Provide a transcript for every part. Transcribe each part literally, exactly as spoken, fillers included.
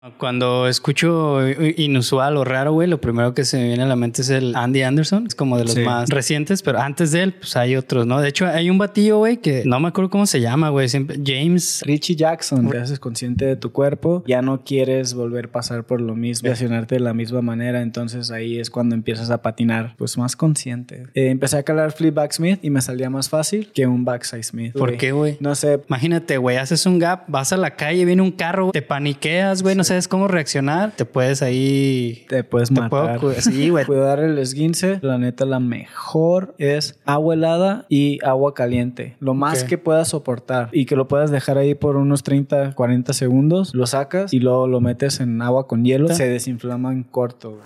Cuando escucho inusual o raro, güey, lo primero que se me viene a la mente es el Andy Anderson. Es como de los sí. más recientes, pero antes de él, pues hay otros, ¿no? De hecho, hay un batillo, güey, que no me acuerdo cómo se llama, güey. Siempre James... Richie Jackson. Te haces consciente de tu cuerpo. Ya no quieres volver a pasar por lo mismo, reaccionarte de la misma manera. Entonces ahí es cuando empiezas a patinar, pues más consciente. Eh, empecé a calar flip backsmith y me salía más fácil que un backside smith. ¿Por wey. qué, güey? No sé. Imagínate, güey, haces un gap, vas a la calle, viene un carro, te paniqueas, güey, sí. no sabes cómo reaccionar. Te puedes ahí... Te puedes te matar. Puedo, sí, güey. Cuidar el esguince. La neta, la mejor es agua helada y agua caliente. Lo más okay. que puedas soportar. Y que lo puedas dejar ahí por unos treinta, cuarenta segundos. Lo sacas y luego lo metes en agua con hielo. ¿Sí? Se desinflama en corto, güey.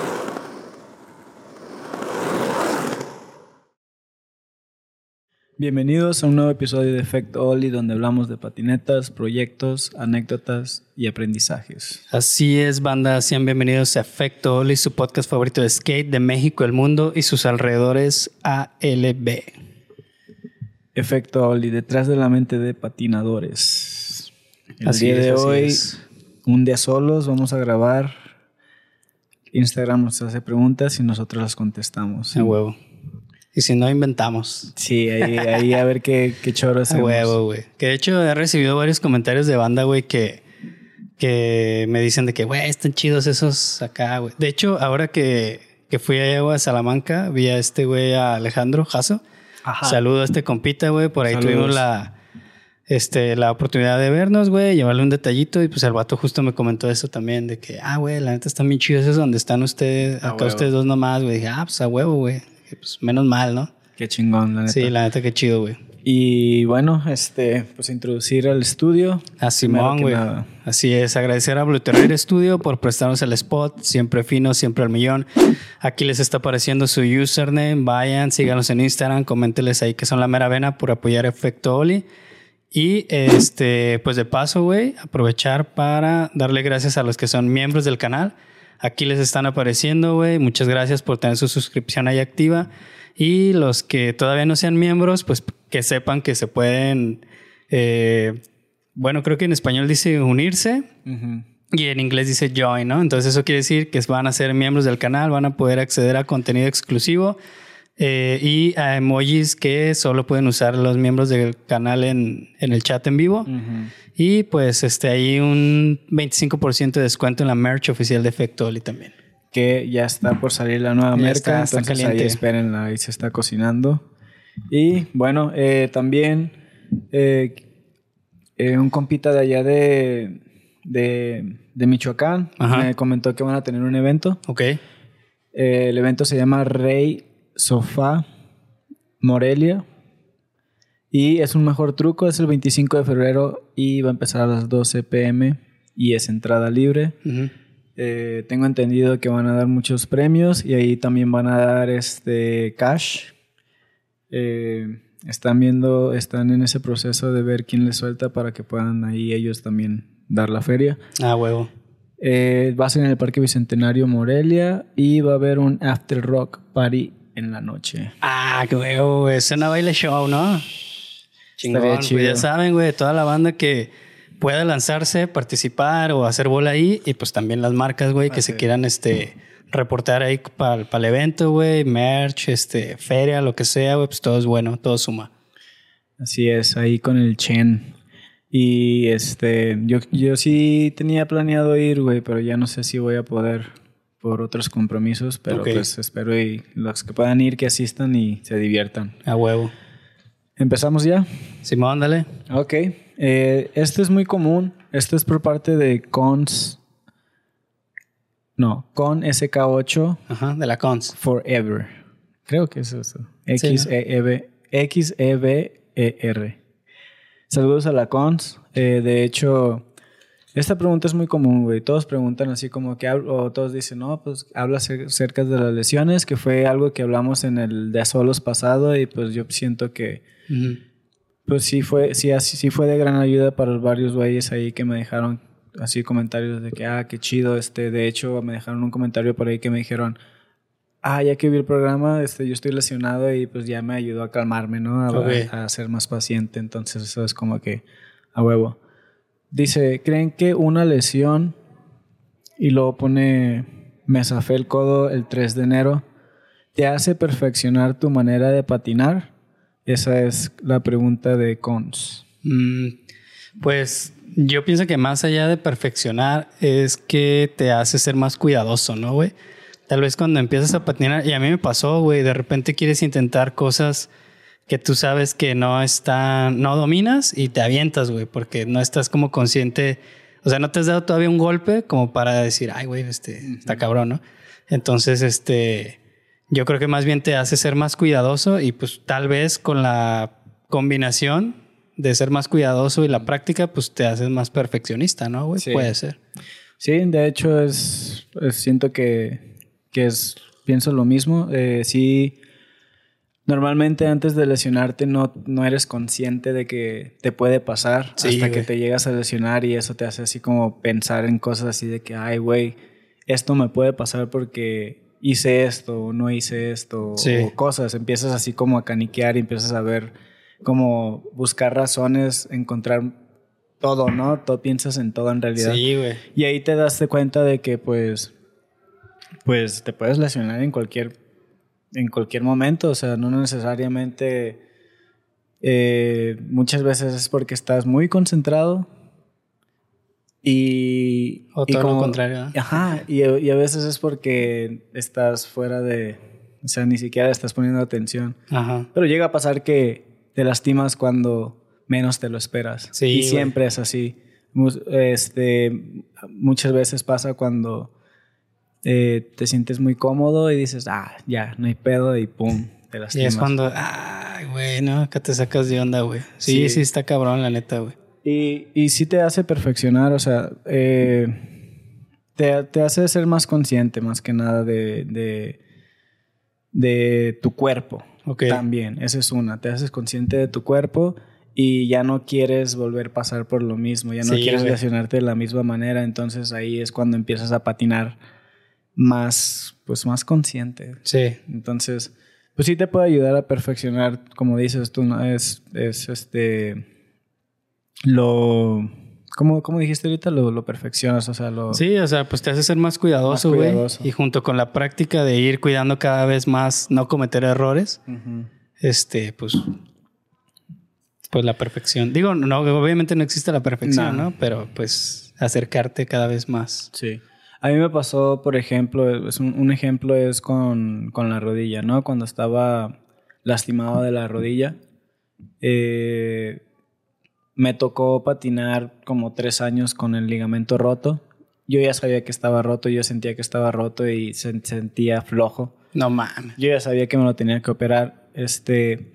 Bienvenidos a un nuevo episodio de Efecto Oli, donde hablamos de patinetas, proyectos, anécdotas y aprendizajes. Así es, banda. Sean bienvenidos a Efecto Oli, su podcast favorito de skate de México, el mundo y sus alrededores A L B. Efecto Oli, detrás de la mente de patinadores. El así día es, de así hoy, es. un día solos, vamos a grabar. Instagram nos hace preguntas y nosotros las contestamos. A huevo. Y si no, inventamos. Sí, ahí, ahí a ver qué, qué choro hacemos. A huevo, güey. Que de hecho he recibido varios comentarios de banda, güey, que, que me dicen de que, güey, están chidos esos acá, güey. De hecho, ahora que, que fui allá a Salamanca, vi a este güey, a Alejandro Jasso. Ajá. Saludo a este compita, güey. Por ahí Saludos. tuvimos la, este, la oportunidad de vernos, güey, llevarle un detallito. Y pues el vato justo me comentó eso también, de que, ah, güey, la neta están bien chidos esos donde están ustedes, acá huevo. ustedes dos nomás, güey. Dije, ah, pues a huevo, güey. Pues menos mal, ¿no? Qué chingón, la neta. Sí, la neta, qué chido, güey. Y bueno, este, pues introducir al estudio. A Simón, güey. Así es, agradecer a Blue Terrier Studio por prestarnos el spot. Siempre fino, siempre al millón. Aquí les está apareciendo su username. Vayan, síganos en Instagram, coméntenles ahí que son la mera vena por apoyar Efecto Oli. Y este, pues de paso, güey, aprovechar para darle gracias a los que son miembros del canal. Aquí les están apareciendo, güey. Muchas gracias por tener su suscripción ahí activa. Y los que todavía no sean miembros, pues que sepan que se pueden... Eh, bueno, creo que en español dice unirse. Uh-huh. Y en inglés dice join, ¿no? Entonces eso quiere decir que van a ser miembros del canal, van a poder acceder a contenido exclusivo eh, y a emojis que solo pueden usar los miembros del canal en, en el chat en vivo. Uh-huh. Y pues este, hay un veinticinco por ciento de descuento en la merch oficial de Efecto Oli también. Que ya está por salir la nueva ya merca, está, está entonces caliente. Ahí espérenla, ahí se está cocinando. Y bueno, eh, también eh, eh, un compita de allá de, de, de Michoacán Ajá. me comentó que van a tener un evento. Ok. Eh, el evento se llama Rey Sofá Morelia. Y es un mejor truco, es el veinticinco de febrero y va a empezar a las doce pm y es entrada libre. Uh-huh. Eh, tengo entendido que van a dar muchos premios y ahí también van a dar este cash. Eh, están viendo, están en ese proceso de ver quién les suelta para que puedan ahí ellos también dar la feria. Ah, huevo. Eh, va a ser en el Parque Bicentenario Morelia y va a haber un after rock party en la noche. Ah, qué huevo, es una baile show, ¿no? Chingón, pues ya saben, güey, toda la banda que pueda lanzarse, participar o hacer bola ahí. Y pues también las marcas, güey, que ah, se sí. quieran este, reportar ahí para el evento, güey. Merch, este, feria, lo que sea, güey. Pues todo es bueno, todo suma. Así es, ahí con el Chen. Y este, yo, yo sí tenía planeado ir, güey, pero ya no sé si voy a poder por otros compromisos. Pero okay. pues espero y los que puedan ir que asistan y se diviertan. A huevo. ¿Empezamos ya? Simón, dale. Ok. Eh, esto es muy común. Esto es por parte de Cons. No, Con S K ocho. Ajá, de la Cons. Forever. Creo que es eso. X E B E R. Saludos a la Cons. Eh, de hecho, esta pregunta es muy común, güey. Todos preguntan así como que... O todos dicen, no, pues habla acerca de las lesiones, que fue algo que hablamos en el de solos pasado y pues yo siento que... Uh-huh. Pues sí fue, sí, así, sí fue de gran ayuda para los varios güeyes ahí que me dejaron así comentarios de que, ah, qué chido. Este, de hecho, me dejaron un comentario por ahí que me dijeron, ah, ya que vi el programa, este, yo estoy lesionado y pues ya me ayudó a calmarme, ¿no? A, okay. a, a ser más paciente. Entonces eso es como que a huevo. Dice, ¿creen que una lesión Y luego pone, me zafé el codo el tres de enero. ¿Te hace perfeccionar tu manera de patinar? Esa es la pregunta de Cons. Mm, pues yo pienso que más allá de perfeccionar es que te hace ser más cuidadoso, ¿no, güey? Tal vez cuando empiezas a patinar, y a mí me pasó, güey, de repente quieres intentar cosas que tú sabes que no están, no dominas y te avientas, güey, porque no estás como consciente, o sea, no te has dado todavía un golpe como para decir, ay, güey, este, uh-huh. está cabrón, ¿no? Entonces, este, yo creo que más bien te hace ser más cuidadoso y pues tal vez con la combinación de ser más cuidadoso y la práctica, pues te haces más perfeccionista, ¿no, güey? Sí. Puede ser. Sí, de hecho es, es siento que, que es, pienso lo mismo, eh, sí. Normalmente antes de lesionarte no, no eres consciente de que te puede pasar sí, hasta güey. Que te llegas a lesionar y eso te hace así como pensar en cosas así de que, ay, güey, esto me puede pasar porque hice esto o no hice esto sí. o cosas. Empiezas así como a caniquear y empiezas a ver, como buscar razones, encontrar todo, ¿no? Todo, piensas en todo en realidad. Sí, güey. Y ahí te das cuenta de que pues, pues te puedes lesionar en cualquier en cualquier momento, o sea, no necesariamente eh, muchas veces es porque estás muy concentrado y... O todo y como, lo contrario. ¿No? Ajá, y, y a veces es porque estás fuera de... O sea, ni siquiera estás poniendo atención. Ajá. Pero llega a pasar que te lastimas cuando menos te lo esperas. Sí, y güey. Siempre es así. Este, muchas veces pasa cuando... Eh, te sientes muy cómodo y dices, ah, ya, no hay pedo y pum, te lastimas. Y es cuando, ay, güey, no, acá te sacas de onda, güey. Sí, sí, sí, está cabrón, la neta, güey. Y, y sí te hace perfeccionar, o sea, eh, te, te hace ser más consciente, más que nada, de, de, de tu cuerpo. Okay. También, esa es una. Te haces consciente de tu cuerpo y ya no quieres volver a pasar por lo mismo, ya no sí, quieres lesionarte de la misma manera, entonces ahí es cuando empiezas a patinar más, pues más consciente. Sí. Entonces, pues sí te puede ayudar a perfeccionar, como dices tú, ¿no? Es, es este, lo, ¿cómo, cómo dijiste ahorita? Lo, lo perfeccionas, o sea, lo... Sí, o sea, pues te hace ser más cuidadoso, güey. Y junto con la práctica de ir cuidando cada vez más, no cometer errores, uh-huh. este, pues, pues la perfección. Digo, no, obviamente no existe la perfección, ¿no? ¿no? Pero pues acercarte cada vez más. Sí. A mí me pasó, por ejemplo, es un, un ejemplo es con, con la rodilla, ¿no? Cuando estaba lastimado de la rodilla, eh, me tocó patinar como tres años con el ligamento roto. Yo ya sabía que estaba roto, yo sentía que estaba roto y se sentía flojo. No mames. Yo ya sabía que me lo tenía que operar, este,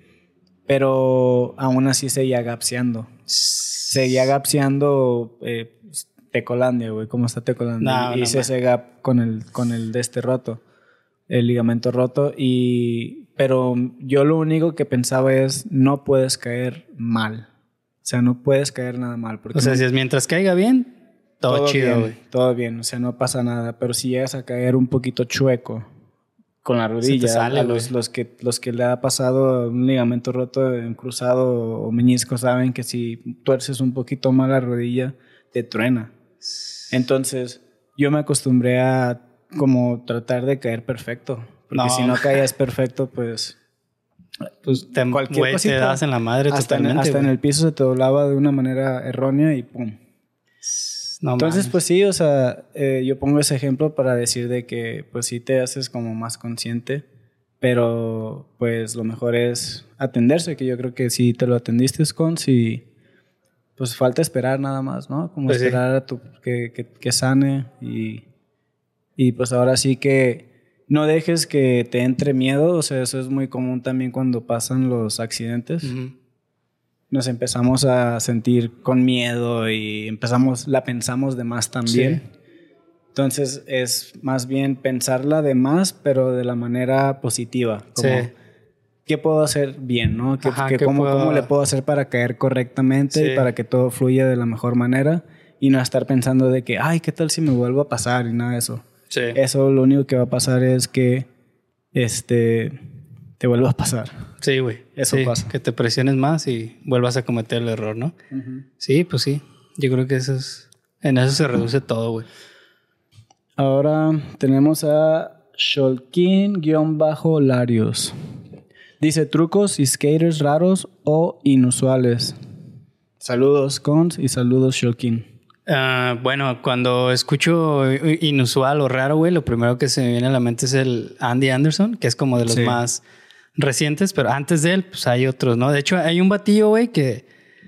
pero aún así seguía gapseando. Seguía gapseando... Eh, Tecolandia, güey, ¿cómo está Tecolandia? No, Hice no, ese gap con el, con el de este roto, el ligamento roto, y pero yo lo único que pensaba es, no puedes caer mal. O sea, no puedes caer nada mal. Porque o sea, no, si es mientras caiga bien, todo, todo chido, güey. Todo bien, o sea, no pasa nada. Pero si llegas a caer un poquito chueco con la rodilla, sale, a los, los, que, los que le ha pasado un ligamento roto, un cruzado o menisco, saben que si tuerces un poquito mal la rodilla, te truena. Entonces, yo me acostumbré a como tratar de caer perfecto. Porque no. si no caías perfecto, pues... Pues te, cualquier wey, cosita, te das en la madre hasta totalmente. En, hasta wey. en el piso se te doblaba de una manera errónea y pum. No Entonces, mames. Pues sí, o sea, eh, yo pongo ese ejemplo para decir de que pues sí te haces como más consciente, pero pues lo mejor es atenderse, que yo creo que si te lo atendiste con, si... Pues falta esperar nada más, ¿no? Como pues esperar sí. a tu, que, que, que sane y, y pues ahora sí que no dejes que te entre miedo. O sea, eso es muy común también cuando pasan los accidentes. Uh-huh. Nos empezamos a sentir con miedo y empezamos, la pensamos de más también. Sí. Entonces es más bien pensarla de más, pero de la manera positiva. Como, sí. ¿qué puedo hacer bien, no? ¿Qué, Ajá, qué, cómo, puedo... ¿Cómo le puedo hacer para caer correctamente sí. y para que todo fluya de la mejor manera? Y no estar pensando de que, ay, ¿qué tal si me vuelvo a pasar? Y nada de eso. Sí. Eso lo único que va a pasar es que este, te vuelva a pasar. Sí, güey. Eso sí, pasa. Que te presiones más y vuelvas a cometer el error, ¿no? Uh-huh. Sí, pues sí. Yo creo que eso es... En eso se reduce todo, güey. Ahora tenemos a Sholkin-Larios. Dice trucos y skaters raros o inusuales. Saludos, Cons, y saludos, Sholkin. Uh, bueno, cuando escucho inusual o raro, güey, lo primero que se me viene a la mente es el Andy Anderson, que es como de los sí. más recientes, pero antes de él, pues hay otros, ¿no? De hecho, hay un batillo, güey, que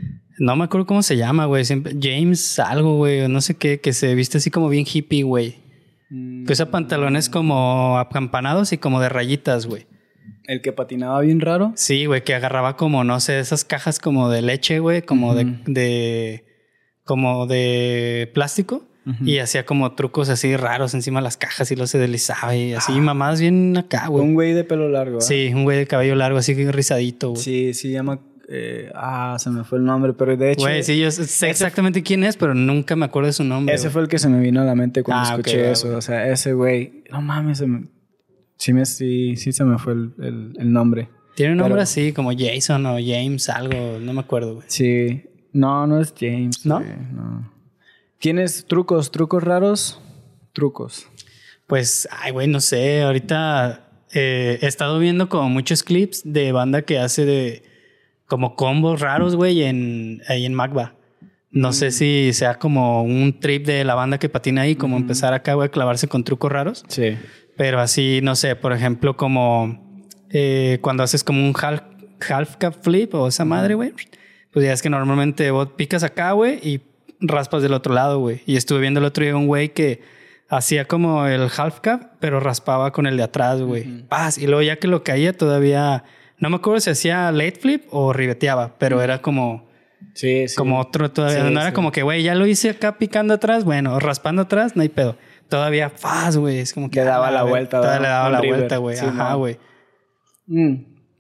no me acuerdo cómo se llama, güey. Siempre, James algo, güey, no sé qué, que se viste así como bien hippie, güey. Mm. Que usa pantalones como acampanados y como de rayitas, güey. ¿El que patinaba bien raro? Sí, güey, que agarraba como, no sé, esas cajas como de leche, güey, como uh-huh. de, de... como de plástico. Uh-huh. Y hacía como trucos así raros encima de las cajas y lo se deslizaba y así, ah. mamadas bien acá, güey. Un güey de pelo largo, ¿eh? Sí, un güey de cabello largo, así que rizadito, güey. Sí, sí, llama... Eh, ah, se me fue el nombre, pero de hecho... Güey, sí, yo sé exactamente quién es, pero nunca me acuerdo de su nombre. Ese wey. fue el que se me vino a la mente cuando ah, escuché okay, eso. wey. O sea, ese güey... No mames, se me... Sí, me, sí, sí se me fue el, el, el nombre. Tiene un pero... nombre así, como Jason o James, algo, no me acuerdo, güey. Sí. No, no es James. ¿No? Wey, no. ¿Tienes trucos, trucos raros? Trucos. Pues, ay, güey, no sé. Ahorita eh, he estado viendo como muchos clips de banda que hace de... como combos raros, güey, en, ahí en Magba. No mm. sé si sea como un trip de la banda que patina ahí, como mm. empezar acá, güey, a clavarse con trucos raros. Sí. Pero así, no sé, por ejemplo, como eh, cuando haces como un half, half cap flip o esa madre, güey. Pues ya es que normalmente vos picas acá, güey, y raspas del otro lado, güey. Y estuve viendo el otro día un güey que hacía como el half cap, pero raspaba con el de atrás, güey. Mm. Paz. Y luego ya que lo caía todavía... No me acuerdo si hacía late flip o ribeteaba, pero mm. era como... Sí, sí. Como otro todavía. Sí, no era sí. como que, güey, ya lo hice acá picando atrás, bueno, raspando atrás, no hay pedo. Todavía faz, güey. Es como que... Le daba ah, la wey, vuelta. Todavía le daba la river. vuelta, güey. Sí, ajá, güey. Mm.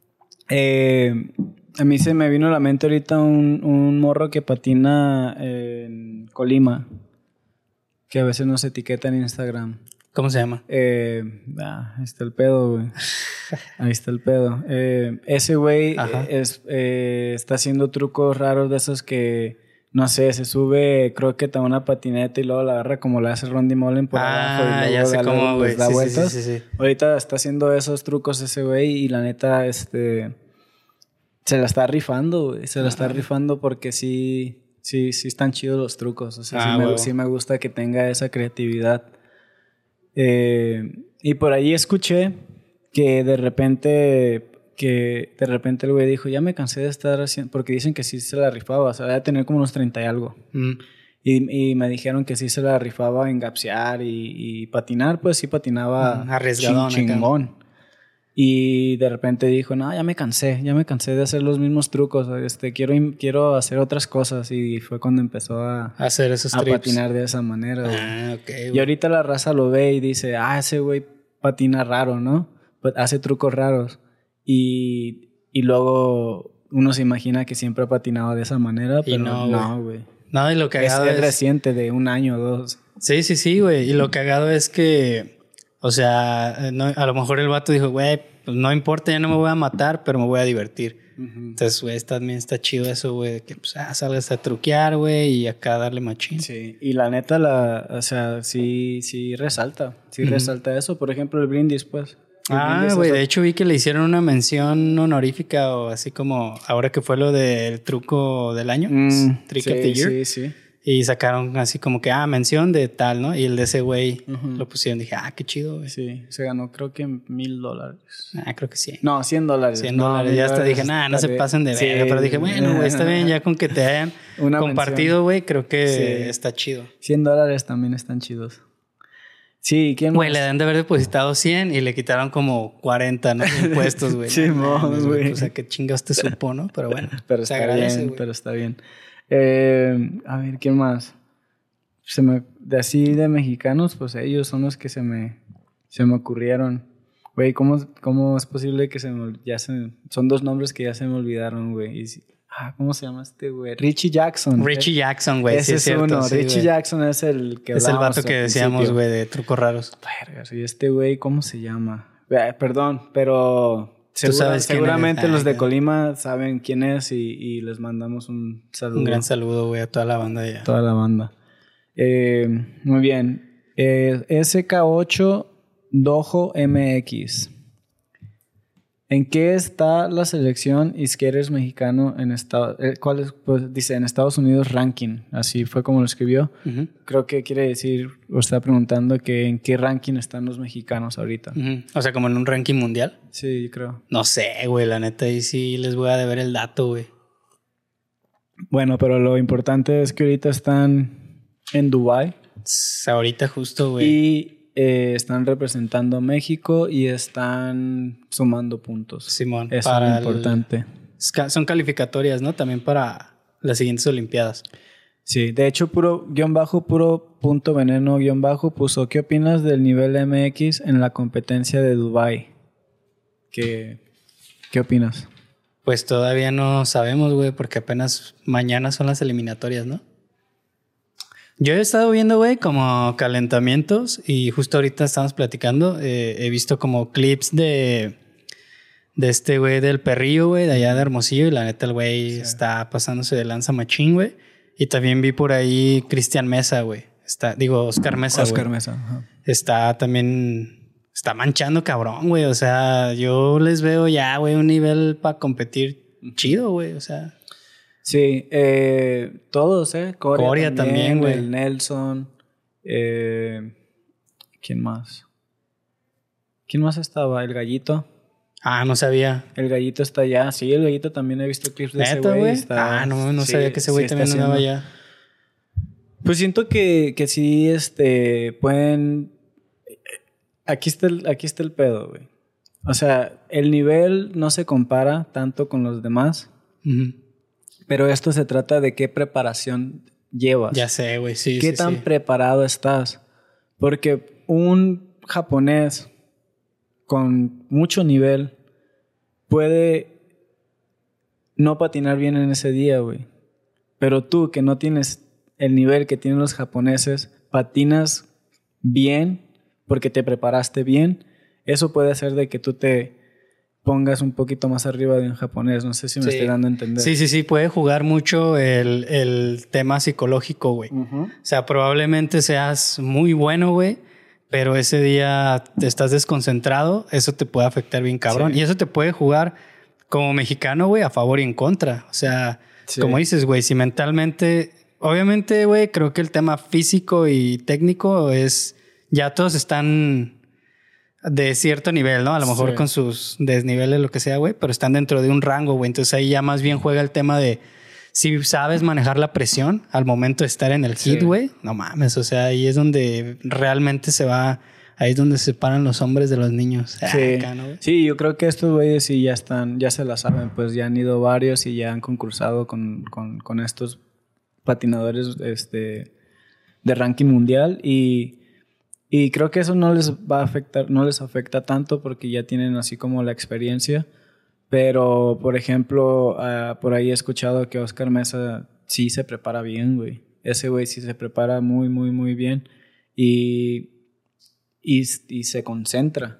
Eh, a mí se me vino a la mente ahorita un, un morro que patina en Colima. Que a veces nos etiqueta en Instagram. ¿Cómo se llama? Eh, ah, ahí está el pedo, güey. Ahí está el pedo. Eh, ese güey es, eh, está haciendo trucos raros de esos que, no sé, se sube, creo que a una patineta y luego la agarra como la hace Rondy Mullen por ah, abajo. Y luego ya sé da, cómo, güey. da sí, vueltas. Sí, sí, sí, sí. Ahorita está haciendo esos trucos ese güey y la neta, este... se la está rifando, güey. Se la Ajá. está rifando porque sí... Sí, sí están chidos los trucos. O sea, ah, sí, me, sí me gusta que tenga esa creatividad. Eh, y por ahí escuché que de repente... Que de repente el güey dijo... Ya me cansé de estar haciendo... Porque dicen que sí se la rifaba. O sea, debe tener como unos treinta y algo. Mm. Y, y me dijeron que sí se la rifaba en gapsear y, y patinar. Pues sí patinaba... Mm, arriesgadón. Ching, chingón. Y de repente dijo, no, ya me cansé, ya me cansé de hacer los mismos trucos, este, quiero, quiero hacer otras cosas. Y fue cuando empezó a, a hacer esos a trips. patinar de esa manera. Ah, ok. Y güey. Ahorita la raza lo ve y dice, ah, ese güey patina raro, ¿no? Hace trucos raros. Y, y luego uno se imagina que siempre ha patinado de esa manera, pero no, güey. No, no, y lo cagado es... Es reciente, de un año o dos. Sí, sí, sí, güey. Y lo cagado es que... O sea, no, a lo mejor el vato dijo, güey, pues no importa, ya no me voy a matar, pero me voy a divertir. Uh-huh. Entonces, güey, también está chido eso, güey, de que pues, ah, salgas a truquear, güey, y acá darle machín. Sí, y la neta, la, o sea, sí, sí resalta, sí uh-huh. resalta eso. Por ejemplo, el brindis, pues. El ah, güey, de hecho vi que le hicieron una mención honorífica o así como ahora que fue lo del truco del año, mm, Trick sí, of the Year. Sí, sí. Y sacaron así como que, ah, mención de tal, ¿no? Y el de ese güey uh-huh. lo pusieron. Dije, ah, qué chido, güey. Sí, se ganó creo que mil dólares. Ah, creo que sí. No, cien dólares. Cien dólares. Ya hasta dije, nah, no se pasen de verga. Sí. Pero dije, bueno, güey, está bien. Ya con que te hayan Una compartido, güey, creo que sí. está chido. cien dólares también están chidos. Sí, ¿quién Güey, le dan de haber depositado cien y le quitaron como cuarenta, ¿no? Impuestos, güey. Sí, no, güey. O sea, qué chingados te supo, ¿no? Pero bueno. Pero está agradece, bien, güey. Pero está bien. Eh, a ver, ¿quién más? Se me, de así de mexicanos, pues ellos son los que se me, se me ocurrieron. Güey, ¿cómo, ¿cómo es posible que se me, ya se, son dos nombres que ya se me olvidaron, güey? Y, ah, ¿cómo se llama este güey? Richie Jackson. Richie Jackson, güey. Ese sí, es, es cierto, uno. Sí, Richie güey. Jackson es el que es el vato que decíamos, güey, de trucos raros. Vergas, y este güey, ¿cómo se llama? Eh, perdón, pero... Segura, sabes seguramente quién los de ah, Colima saben quién es y, y les mandamos un saludo. Un gran saludo, güey, a toda la banda ya. Toda la banda. Eh, muy bien. Eh, S K ocho Dojo M X. ¿En qué está la selección y skaters mexicano en Estados eh, ¿Cuál es? Pues dice en Estados Unidos ranking. Así fue como lo escribió. Uh-huh. Creo que quiere decir, o está preguntando que en qué ranking están los mexicanos ahorita. Uh-huh. O sea, como en un ranking mundial. Sí, creo. No sé, güey, la neta ahí sí les voy a deber el dato, güey. Bueno, pero lo importante es que ahorita están en Dubái. Ahorita justo, güey. Y Eh, están representando a México y están sumando puntos. Simón, eso es lo importante. El, son calificatorias, ¿no? También para las siguientes Olimpiadas. Sí, de hecho, puro guión bajo, puro punto veneno guión bajo puso: ¿qué opinas del nivel M X en la competencia de Dubái? ¿Qué, qué opinas? Pues todavía no sabemos, güey, porque apenas mañana son las eliminatorias, ¿no? Yo he estado viendo, güey, como calentamientos y justo ahorita estamos platicando. Eh, he visto como clips de, de este güey del Perrillo, güey, de allá de Hermosillo. Y la neta, el güey sí. está pasándose de lanza machín, güey. Y también vi por ahí Cristian Mesa, güey. Está, digo, Oscar Mesa, güey. Oscar Mesa. Ajá. Está también... Está manchando cabrón, güey. O sea, yo les veo ya, güey, un nivel para competir chido, güey. O sea... Sí, eh, todos, ¿eh? Corea, Corea también, güey. El Nelson. Eh, ¿Quién más? ¿Quién más estaba? El Gallito. Ah, no sabía. El Gallito está allá. Sí, el Gallito también he visto clips de ese güey. Está... Ah, no, no sí, sabía que ese güey sí también andaba allá. Pues siento que, que sí, este, pueden... Aquí está el, aquí está el pedo, güey. O sea, el nivel no se compara tanto con los demás. Uh-huh. Pero esto se trata de qué preparación llevas. Ya sé, güey, sí, ¿Qué sí, tan sí. preparado estás? Porque un japonés con mucho nivel puede no patinar bien en ese día, güey. Pero tú, que no tienes el nivel que tienen los japoneses, patinas bien porque te preparaste bien. Eso puede hacer de que tú te... pongas un poquito más arriba de un japonés. No sé si me sí. estoy dando a entender. Sí, sí, sí. Puede jugar mucho el, el tema psicológico, güey. Uh-huh. O sea, probablemente seas muy bueno, güey, pero ese día te estás desconcentrado. Eso te puede afectar bien cabrón. Sí. Y eso te puede jugar como mexicano, güey, a favor y en contra. O sea, sí. como dices, güey, si mentalmente... Obviamente, güey, creo que el tema físico y técnico es... Ya todos están... de cierto nivel, ¿no? A lo mejor sí. con sus desniveles, lo que sea, güey, pero están dentro de un rango, güey. Entonces ahí ya más bien juega el tema de si sabes manejar la presión al momento de estar en el hit, güey. Sí. No mames, o sea, ahí es donde realmente se va, ahí es donde se separan los hombres de los niños. Sí, acá, ¿no, sí, yo creo que estos güeyes sí ya están, ya se la saben, pues ya han ido varios y ya han concursado con, con, con estos patinadores este, de ranking mundial y... Y creo que eso no les va a afectar, no les afecta tanto porque ya tienen así como la experiencia. Pero, por ejemplo, uh, por ahí he escuchado que Oscar Mesa sí se prepara bien, güey. Ese güey sí se prepara muy, muy, muy bien. Y, y, y se concentra.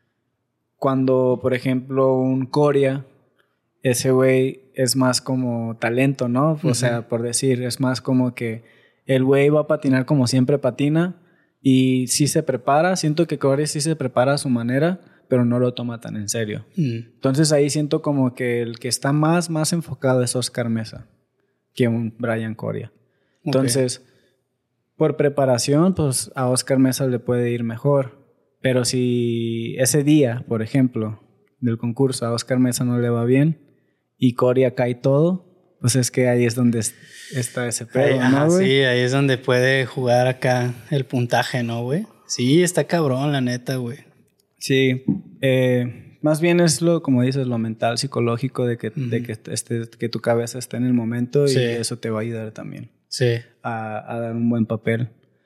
Cuando, por ejemplo, un Corea, ese güey es más como talento, ¿no? O uh-huh. sea, por decir, es más como que el güey va a patinar como siempre patina. Y sí se prepara, siento que Corea sí se prepara a su manera, pero no lo toma tan en serio. Mm. Entonces ahí siento como que el que está más, más enfocado es Oscar Mesa que un Brian Corea. Okay. Entonces, por preparación, pues a Oscar Mesa le puede ir mejor. Pero si ese día, por ejemplo, del concurso a Oscar Mesa no le va bien y Corea cae todo, pues es que ahí es donde está ese pedo, ahí, ¿no, güey? Sí, ahí es donde puede jugar acá el puntaje, ¿no, güey? Sí, está cabrón, la neta, güey. Sí, eh, más bien es lo, como dices, lo mental, psicológico, de que, uh-huh. de que, este, que tu cabeza esté en el momento sí. y eso te va a ayudar también sí. a, a dar un buen papel.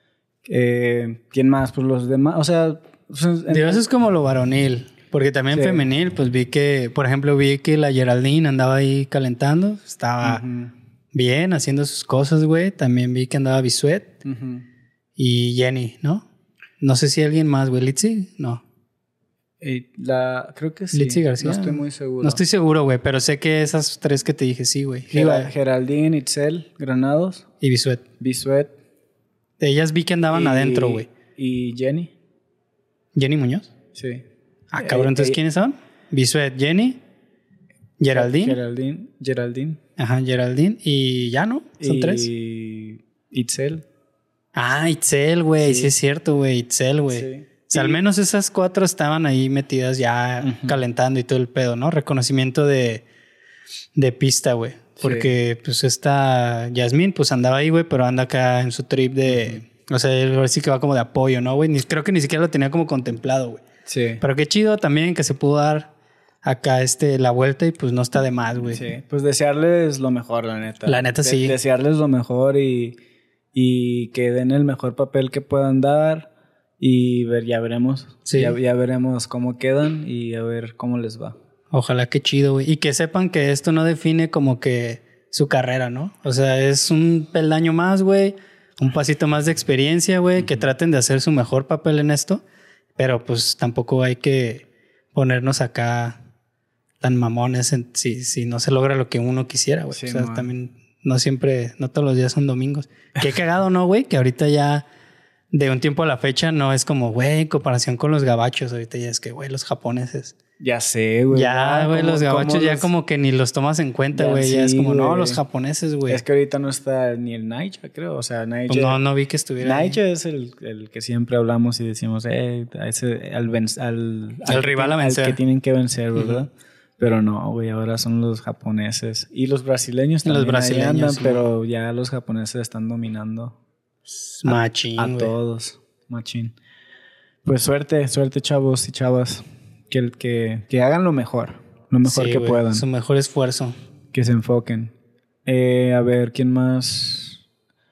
Eh, ¿Quién más? Pues los demás, o sea... Pues, Dios, eso es como lo varonil. Porque también sí. femenil, pues vi que, por ejemplo, vi que la Geraldine andaba ahí calentando. Estaba uh-huh. bien haciendo sus cosas, güey. También vi que andaba Bisuet. Uh-huh. Y Jenny, ¿no? No sé si alguien más, güey. ¿Litzy? No. Eh, la, creo que sí. Litzy García. No estoy muy seguro. No estoy seguro, güey. Pero sé que esas tres que te dije, sí, güey. Ger- Geraldine, Itzel, Granados. Y Bisuet. Bisuet. Ellas vi que andaban y... adentro, güey. y Jenny. ¿Jenny Muñoz? Sí. Ah, cabrón, ¿entonces eh, quiénes son? Bisuet, Jenny, Geraldine. Geraldine. Geraldine. Ajá, Geraldine. Y ya, ¿no? Son y tres. Y Itzel. Ah, Itzel, güey. Sí. Sí. sí es cierto, güey. Itzel, güey. Sí. O sea, Y- al menos esas cuatro estaban ahí metidas ya Ujú. calentando y todo el pedo, ¿no? Reconocimiento de, de pista, güey. Porque, pues, esta Yasmín, pues, andaba ahí, güey, pero anda acá en su trip de... O sea, él sí que va como de apoyo, ¿no, güey? Ni- Creo que ni siquiera lo tenía como contemplado, güey. Sí. Pero qué chido también que se pudo dar acá este, la vuelta y pues no está de más, güey. Sí. Pues desearles lo mejor, la neta. La neta, sí. Desearles lo mejor y, y que den el mejor papel que puedan dar y ver, ya veremos. Sí. Ya, ya veremos cómo quedan y a ver cómo les va. Ojalá que chido, güey. Y que sepan que esto no define como que su carrera, ¿no? O sea, es un peldaño más, güey. Un pasito más de experiencia, güey. Uh-huh. Que traten de hacer su mejor papel en esto. Pero pues tampoco hay que ponernos acá tan mamones en, si, si no se logra lo que uno quisiera, güey. Sí, o sea, man. También no siempre, no todos los días son domingos. Qué cagado, ¿no, güey? Que ahorita ya de un tiempo a la fecha no es como, güey, en comparación con los gabachos. Ahorita ya es que, güey, los japoneses. Ya sé, güey. Ya, güey, los gabachos ya los... como que ni los tomas en cuenta, güey. Ya, ya sí, es como, wey. No, los japoneses, güey. Es que ahorita no está ni el Naicha, creo. O sea, Naicha... Pues no, no vi que estuviera Naicha ahí. Es el, el que siempre hablamos y decimos, eh, a ese, al, ven, al, al, al rival a vencer. Al que tienen que vencer, ¿verdad? Uh-huh. Pero no, güey, ahora son los japoneses. Y los brasileños también los brasileños, andan, sí. Pero ya los japoneses están dominando. Machín, A, a todos. Machín. Pues suerte, suerte, chavos y chavas. Que, que, que hagan lo mejor. Lo mejor sí, que wey, puedan. Su mejor esfuerzo. Que se enfoquen. Eh, a ver, ¿quién más?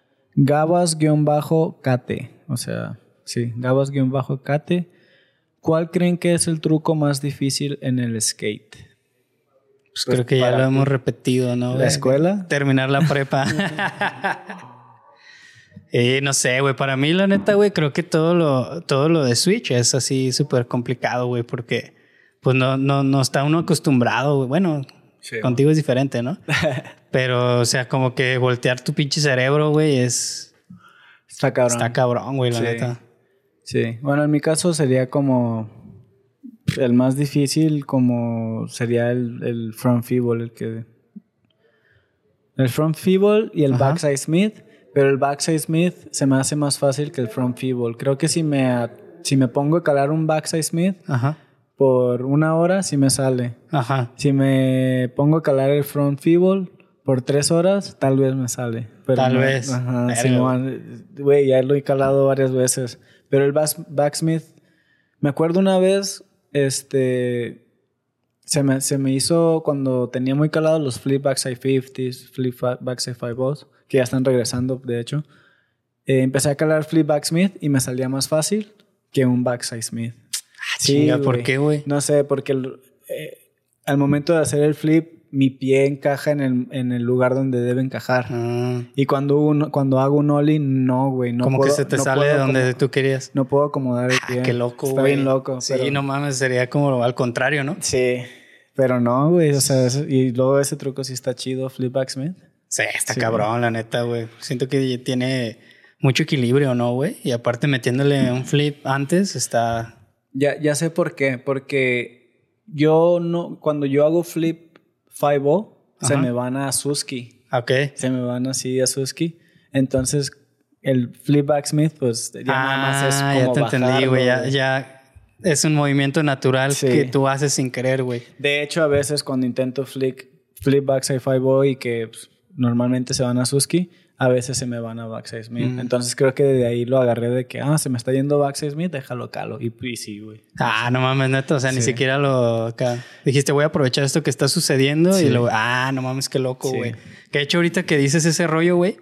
Gabas-Kate. O sea, sí, Gabas-Kate. ¿Cuál creen que es el truco más difícil en el skate? Pues, pues creo que ya lo hemos repetido, ¿no? ¿La escuela? Terminar la prepa. eh, no sé, güey. Para mí, la neta, güey, creo que todo lo, todo lo de Switch es así súper complicado, güey. Porque pues no, no, no está uno acostumbrado, güey. Bueno, sí, contigo es diferente, ¿no? Pero, o sea, como que voltear tu pinche cerebro, güey, es... Está cabrón. Está cabrón, güey, la sí. neta. Sí. Bueno, en mi caso sería como... El más difícil como sería el, el front feeble, el que... El front feeble y el Ajá. backside smith, pero el backside smith se me hace más fácil que el front feeble. Creo que si me, si me pongo a calar un backside smith Ajá. por una hora, sí me sale. Ajá. Si me pongo a calar el front feeble por tres horas, tal vez me sale. Pero tal no, vez. Ajá, sí, güey, ya lo he calado varias veces. Pero el backsmith, me acuerdo una vez... Este, se me, se me hizo cuando tenía muy calado los flip backside cincuentas, flip backside cincuenta, que ya están regresando, de hecho. Eh, empecé a calar flip backsmith y me salía más fácil que un backside smith. Ah, sí, chinga, ¿por qué, güey? No sé, porque el, eh, al momento de hacer el flip, mi pie encaja en el, en el lugar donde debe encajar. Ah. Y cuando, uno, cuando hago un ollie, no, güey. No como puedo, que se te no sale de donde como, tú querías. No puedo acomodar el pie. Ah, qué loco, güey. Está bien loco. Sí, pero... no mames, sería como al contrario, ¿no? Sí, pero no, güey. O sea, eso, y luego ese truco sí está chido, flip backsmith. Sí, está sí, cabrón, güey. La neta, güey. Siento que tiene mucho equilibrio, ¿no, güey? Y aparte metiéndole un flip antes está... Ya, ya sé por qué. Porque yo no... Cuando yo hago flip cincuenta, se me van a Suzuki. Ok. Se me van así a Suzuki. Entonces, el flip backsmith, pues ya ah, nada más es como ya te entendí, güey. Ya, ya es un movimiento natural sí. que tú haces sin querer, güey. De hecho, a veces cuando intento flip, flip backside cincuenta y que pues, normalmente se van a Suzuki, a veces se me van a backside smith. Mm. Entonces creo que de ahí lo agarré de que, ah, se me está yendo backside smith, déjalo calo. Y, y sí, güey. Ah, no mames, neta. O sea, sí. ni siquiera lo... Acá. Dijiste, voy a aprovechar esto que está sucediendo. Sí. Y luego, ah, no mames, qué loco, güey. Sí. Que de hecho ahorita que dices ese rollo, güey,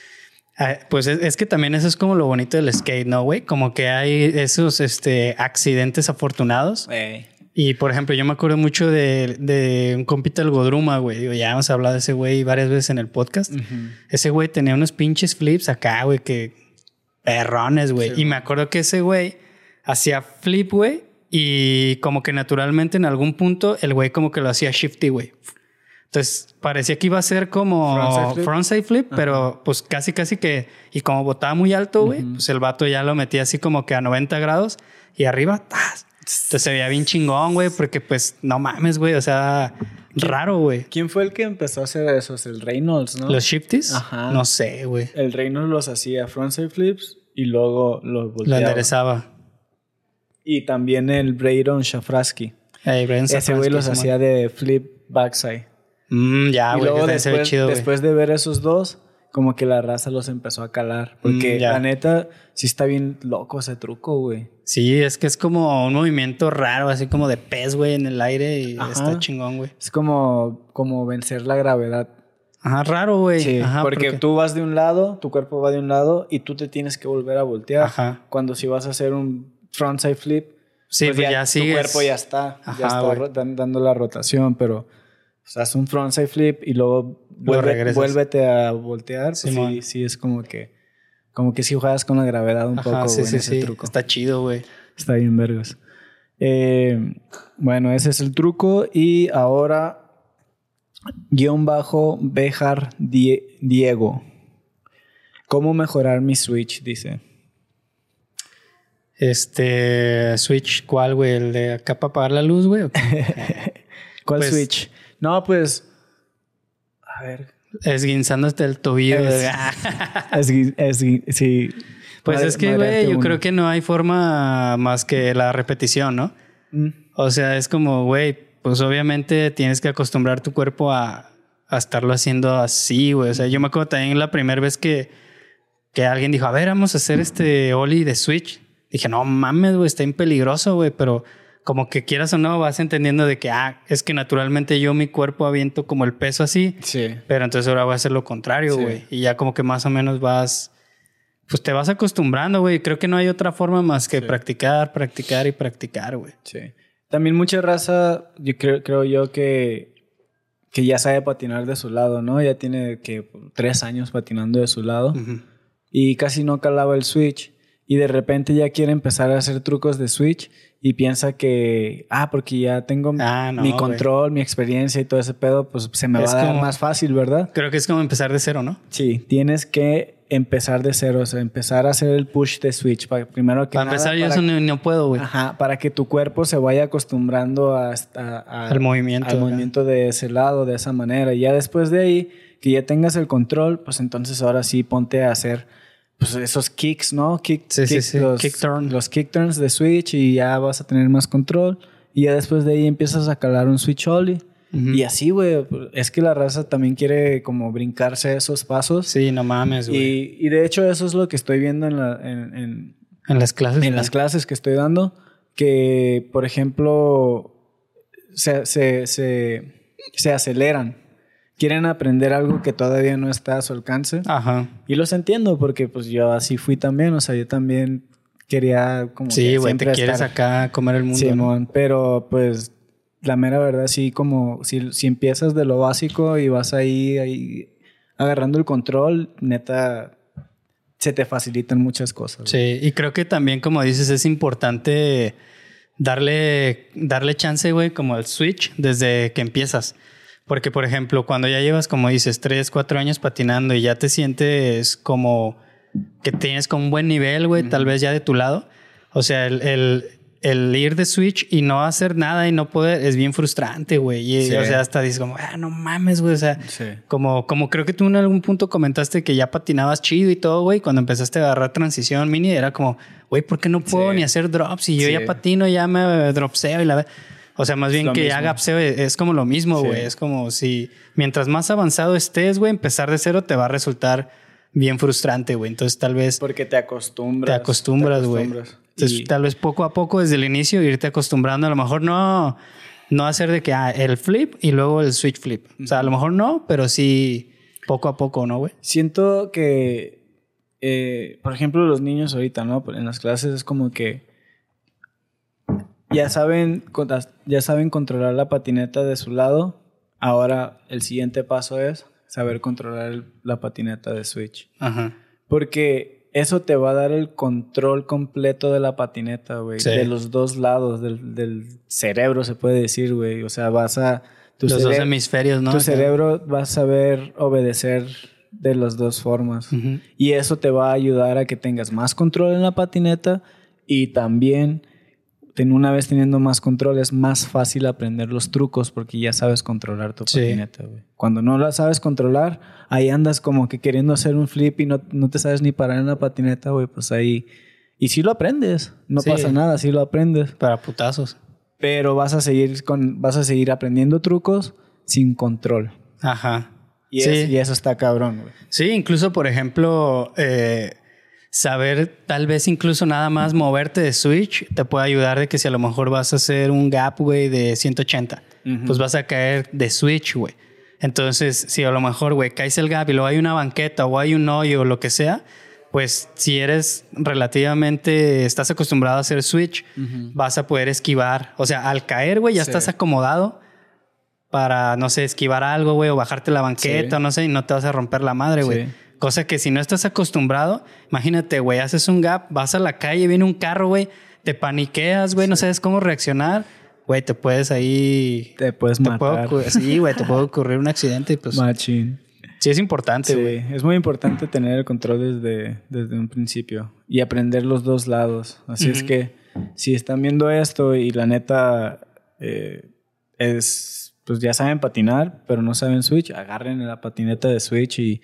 pues es, es que también eso es como lo bonito del skate, ¿no, güey? Como que hay esos este, accidentes afortunados. Hey. Y, por ejemplo, yo me acuerdo mucho de, de un compita del Godruma, güey. Digo, ya hemos hablado de ese güey varias veces en el podcast. Uh-huh. Ese güey tenía unos pinches flips acá, güey, que perrones, güey. Sí, y me acuerdo que ese güey hacía flip, güey. Y como que naturalmente en algún punto el güey como que lo hacía shifty, güey. Entonces parecía que iba a ser como Frontside flip, frontside flip, pero pues casi casi que... Y como botaba muy alto, güey, uh-huh. pues el vato ya lo metía así como que a noventa grados y arriba... ¡tas! Entonces se veía bien chingón, güey, porque pues no mames, güey, o sea, raro, güey. ¿Quién fue el que empezó a hacer esos? El Reynolds, ¿no? ¿Los shifties? Ajá. No sé, güey. El Reynolds los hacía frontside flips y luego los volteaba. Lo enderezaba. Y también el Braden Shafraski. Hey, Braden Ese güey los hacía de flip backside. Mm, ya, güey, que después, se ve chido, después de ver esos dos, como que la raza los empezó a calar. Porque mm, la neta, sí está bien loco ese truco, güey. Sí, es que es como un movimiento raro, así como de pez, güey, en el aire y Ajá. está chingón, güey. Es como, como vencer la gravedad. Ajá, raro, güey. Sí, Ajá, porque, porque tú vas de un lado, tu cuerpo va de un lado y tú te tienes que volver a voltear. Ajá. Cuando si vas a hacer un frontside flip, sí, pues ya, ya tu sigues. cuerpo ya está, Ajá, ya está dando la rotación, pero... O sea, haz un frontside flip y luego vuelve, vuélvete a voltear. Pues sí, sí, es como que... Como que sí juegas con la gravedad un Ajá, poco, sí, güey, sí, en ese sí. truco. Está chido, güey. Está bien vergas. Eh, bueno, ese es el truco. Y ahora... Guión bajo Bejar Die- Diego. ¿Cómo mejorar mi switch? Dice. Este... ¿Switch cuál, güey? ¿El de acá para apagar la luz, güey? ¿Cuál pues, switch? No, pues... A ver... Esguinzándote el tobillo. Es, esgui, esgui, sí. Pues madre, es que, güey, yo uno. creo que no hay forma más que la repetición, ¿no? Mm. O sea, es como, güey, pues obviamente tienes que acostumbrar tu cuerpo a, a estarlo haciendo así, güey. O sea, yo me acuerdo también la primera vez que, que alguien dijo, a ver, vamos a hacer este ollie de switch. Dije, no mames, güey, está bien peligroso, güey, pero... Como que quieras o no, vas entendiendo de que, ah, es que naturalmente yo mi cuerpo aviento como el peso así. Sí. Pero entonces ahora voy a hacer lo contrario, güey. Sí. Y ya como que más o menos vas... Pues te vas acostumbrando, güey. Creo que no hay otra forma más que sí. practicar, practicar y practicar, güey. Sí. También mucha raza, yo creo, creo yo que... Que ya sabe patinar de su lado, ¿no? Ya tiene que tres años patinando de su lado. Uh-huh. Y casi no calaba el switch. Y de repente ya quiere empezar a hacer trucos de switch... Y piensa que, ah, porque ya tengo ah, no, mi control, wey. mi experiencia y todo ese pedo, pues se me es va a dar como, más fácil, ¿verdad? Creo que es como empezar de cero, ¿no? Sí, tienes que empezar de cero, o sea, empezar a hacer el push de switch. Para, primero que para nada, empezar, yo para eso no, no puedo, güey. Ajá, para que tu cuerpo se vaya acostumbrando a, a, a, al movimiento. Al movimiento de ese lado, de esa manera. Y ya después de ahí, que ya tengas el control, pues entonces ahora sí ponte a hacer... Pues esos kicks, ¿no? Kick, sí, kick, sí, sí. Los, kick turn. los kick turns de switch y ya vas a tener más control. Y ya después de ahí empiezas a calar un switch ollie. Uh-huh. Y así, güey. Es que la raza también quiere como brincarse esos pasos. Sí, no mames, güey. Y, y de hecho eso es lo que estoy viendo en, la, en, en, en las clases. En ¿no? las clases que estoy dando. Que, por ejemplo, se, se, se, se aceleran. Quieren aprender algo que todavía no está a su alcance. Ajá. Y los entiendo porque pues yo así fui también. O sea, yo también quería como sí, güey, te quieres acá comer el mundo. Simón, ¿no? Pero pues la mera verdad sí como si, si empiezas de lo básico y vas ahí, ahí agarrando el control, neta se te facilitan muchas cosas. Sí, güey. Y creo que también como dices es importante darle, darle chance, güey, como al switch desde que empiezas. Porque, por ejemplo, cuando ya llevas, como dices, tres, cuatro años patinando y ya te sientes como que tienes como un buen nivel, güey, uh-huh. tal vez ya de tu lado. O sea, el, el, el ir de switch y no hacer nada y no poder es bien frustrante, güey. Y, sí. o sea, hasta dices como, ah, no mames, güey. O sea, sí. como, como creo que tú en algún punto comentaste que ya patinabas chido y todo, güey. Cuando empezaste a agarrar transición mini, era como, güey, ¿por qué no puedo sí. ni hacer drops? Y yo sí. ya patino, ya me dropseo y la verdad... O sea, más bien es que mismo. haga gapseo es como lo mismo, güey. Sí. Es como si mientras más avanzado estés, güey, empezar de cero te va a resultar bien frustrante, güey. Entonces, tal vez... Porque te acostumbras. Te acostumbras, güey. Entonces, y... tal vez poco a poco, desde el inicio, irte acostumbrando. A lo mejor no, no hacer de que ah, el flip y luego el switch flip. O sea, a lo mejor no, pero sí poco a poco, ¿no, güey? Siento que, eh, por ejemplo, los niños ahorita, ¿no? En las clases es como que Ya saben, ya saben controlar la patineta de su lado. Ahora el siguiente paso es saber controlar la patineta de switch. Ajá. Porque eso te va a dar el control completo de la patineta, güey. Sí. De los dos lados del, del cerebro, se puede decir, güey. O sea, vas a Tu los cere- dos hemisferios, ¿no? Tu cerebro va a saber obedecer de las dos formas. Uh-huh. Y eso te va a ayudar a que tengas más control en la patineta y también... Una vez teniendo más control, es más fácil aprender los trucos porque ya sabes controlar tu sí. patineta, güey. Cuando no la sabes controlar, ahí andas como que queriendo hacer un flip y no, no te sabes ni parar en la patineta, güey. Pues ahí... Y sí lo aprendes. No sí. pasa nada, sí lo aprendes. Para putazos. Pero vas a seguir con... Vas a seguir aprendiendo trucos sin control. Ajá. Y, sí. es, y eso está cabrón, güey. Sí, incluso, por ejemplo... Eh... Saber tal vez incluso nada más moverte de switch te puede ayudar de que si a lo mejor vas a hacer un gap, güey, de ciento ochenta, uh-huh. pues vas a caer de switch, güey. Entonces, si a lo mejor, güey, caes el gap y luego hay una banqueta o hay un hoyo o lo que sea, pues si eres relativamente, estás acostumbrado a hacer switch, uh-huh. vas a poder esquivar. O sea, al caer, güey, ya sí. estás acomodado para, no sé, esquivar algo, güey, o bajarte la banqueta, sí. o no sé, y no te vas a romper la madre, güey. Sí. Cosa que si no estás acostumbrado, imagínate, güey, haces un gap, vas a la calle, viene un carro, güey, te paniqueas, güey, sí. no sabes cómo reaccionar, güey, te puedes ahí... Te puedes te matar. Puede, sí, güey, te puede ocurrir un accidente y pues... Machín. Sí, es importante, güey. Sí, es muy importante tener el control desde, desde un principio y aprender los dos lados. Así uh-huh. es que si están viendo esto y la neta eh, es... Pues ya saben patinar, pero no saben switch, agarren la patineta de switch y...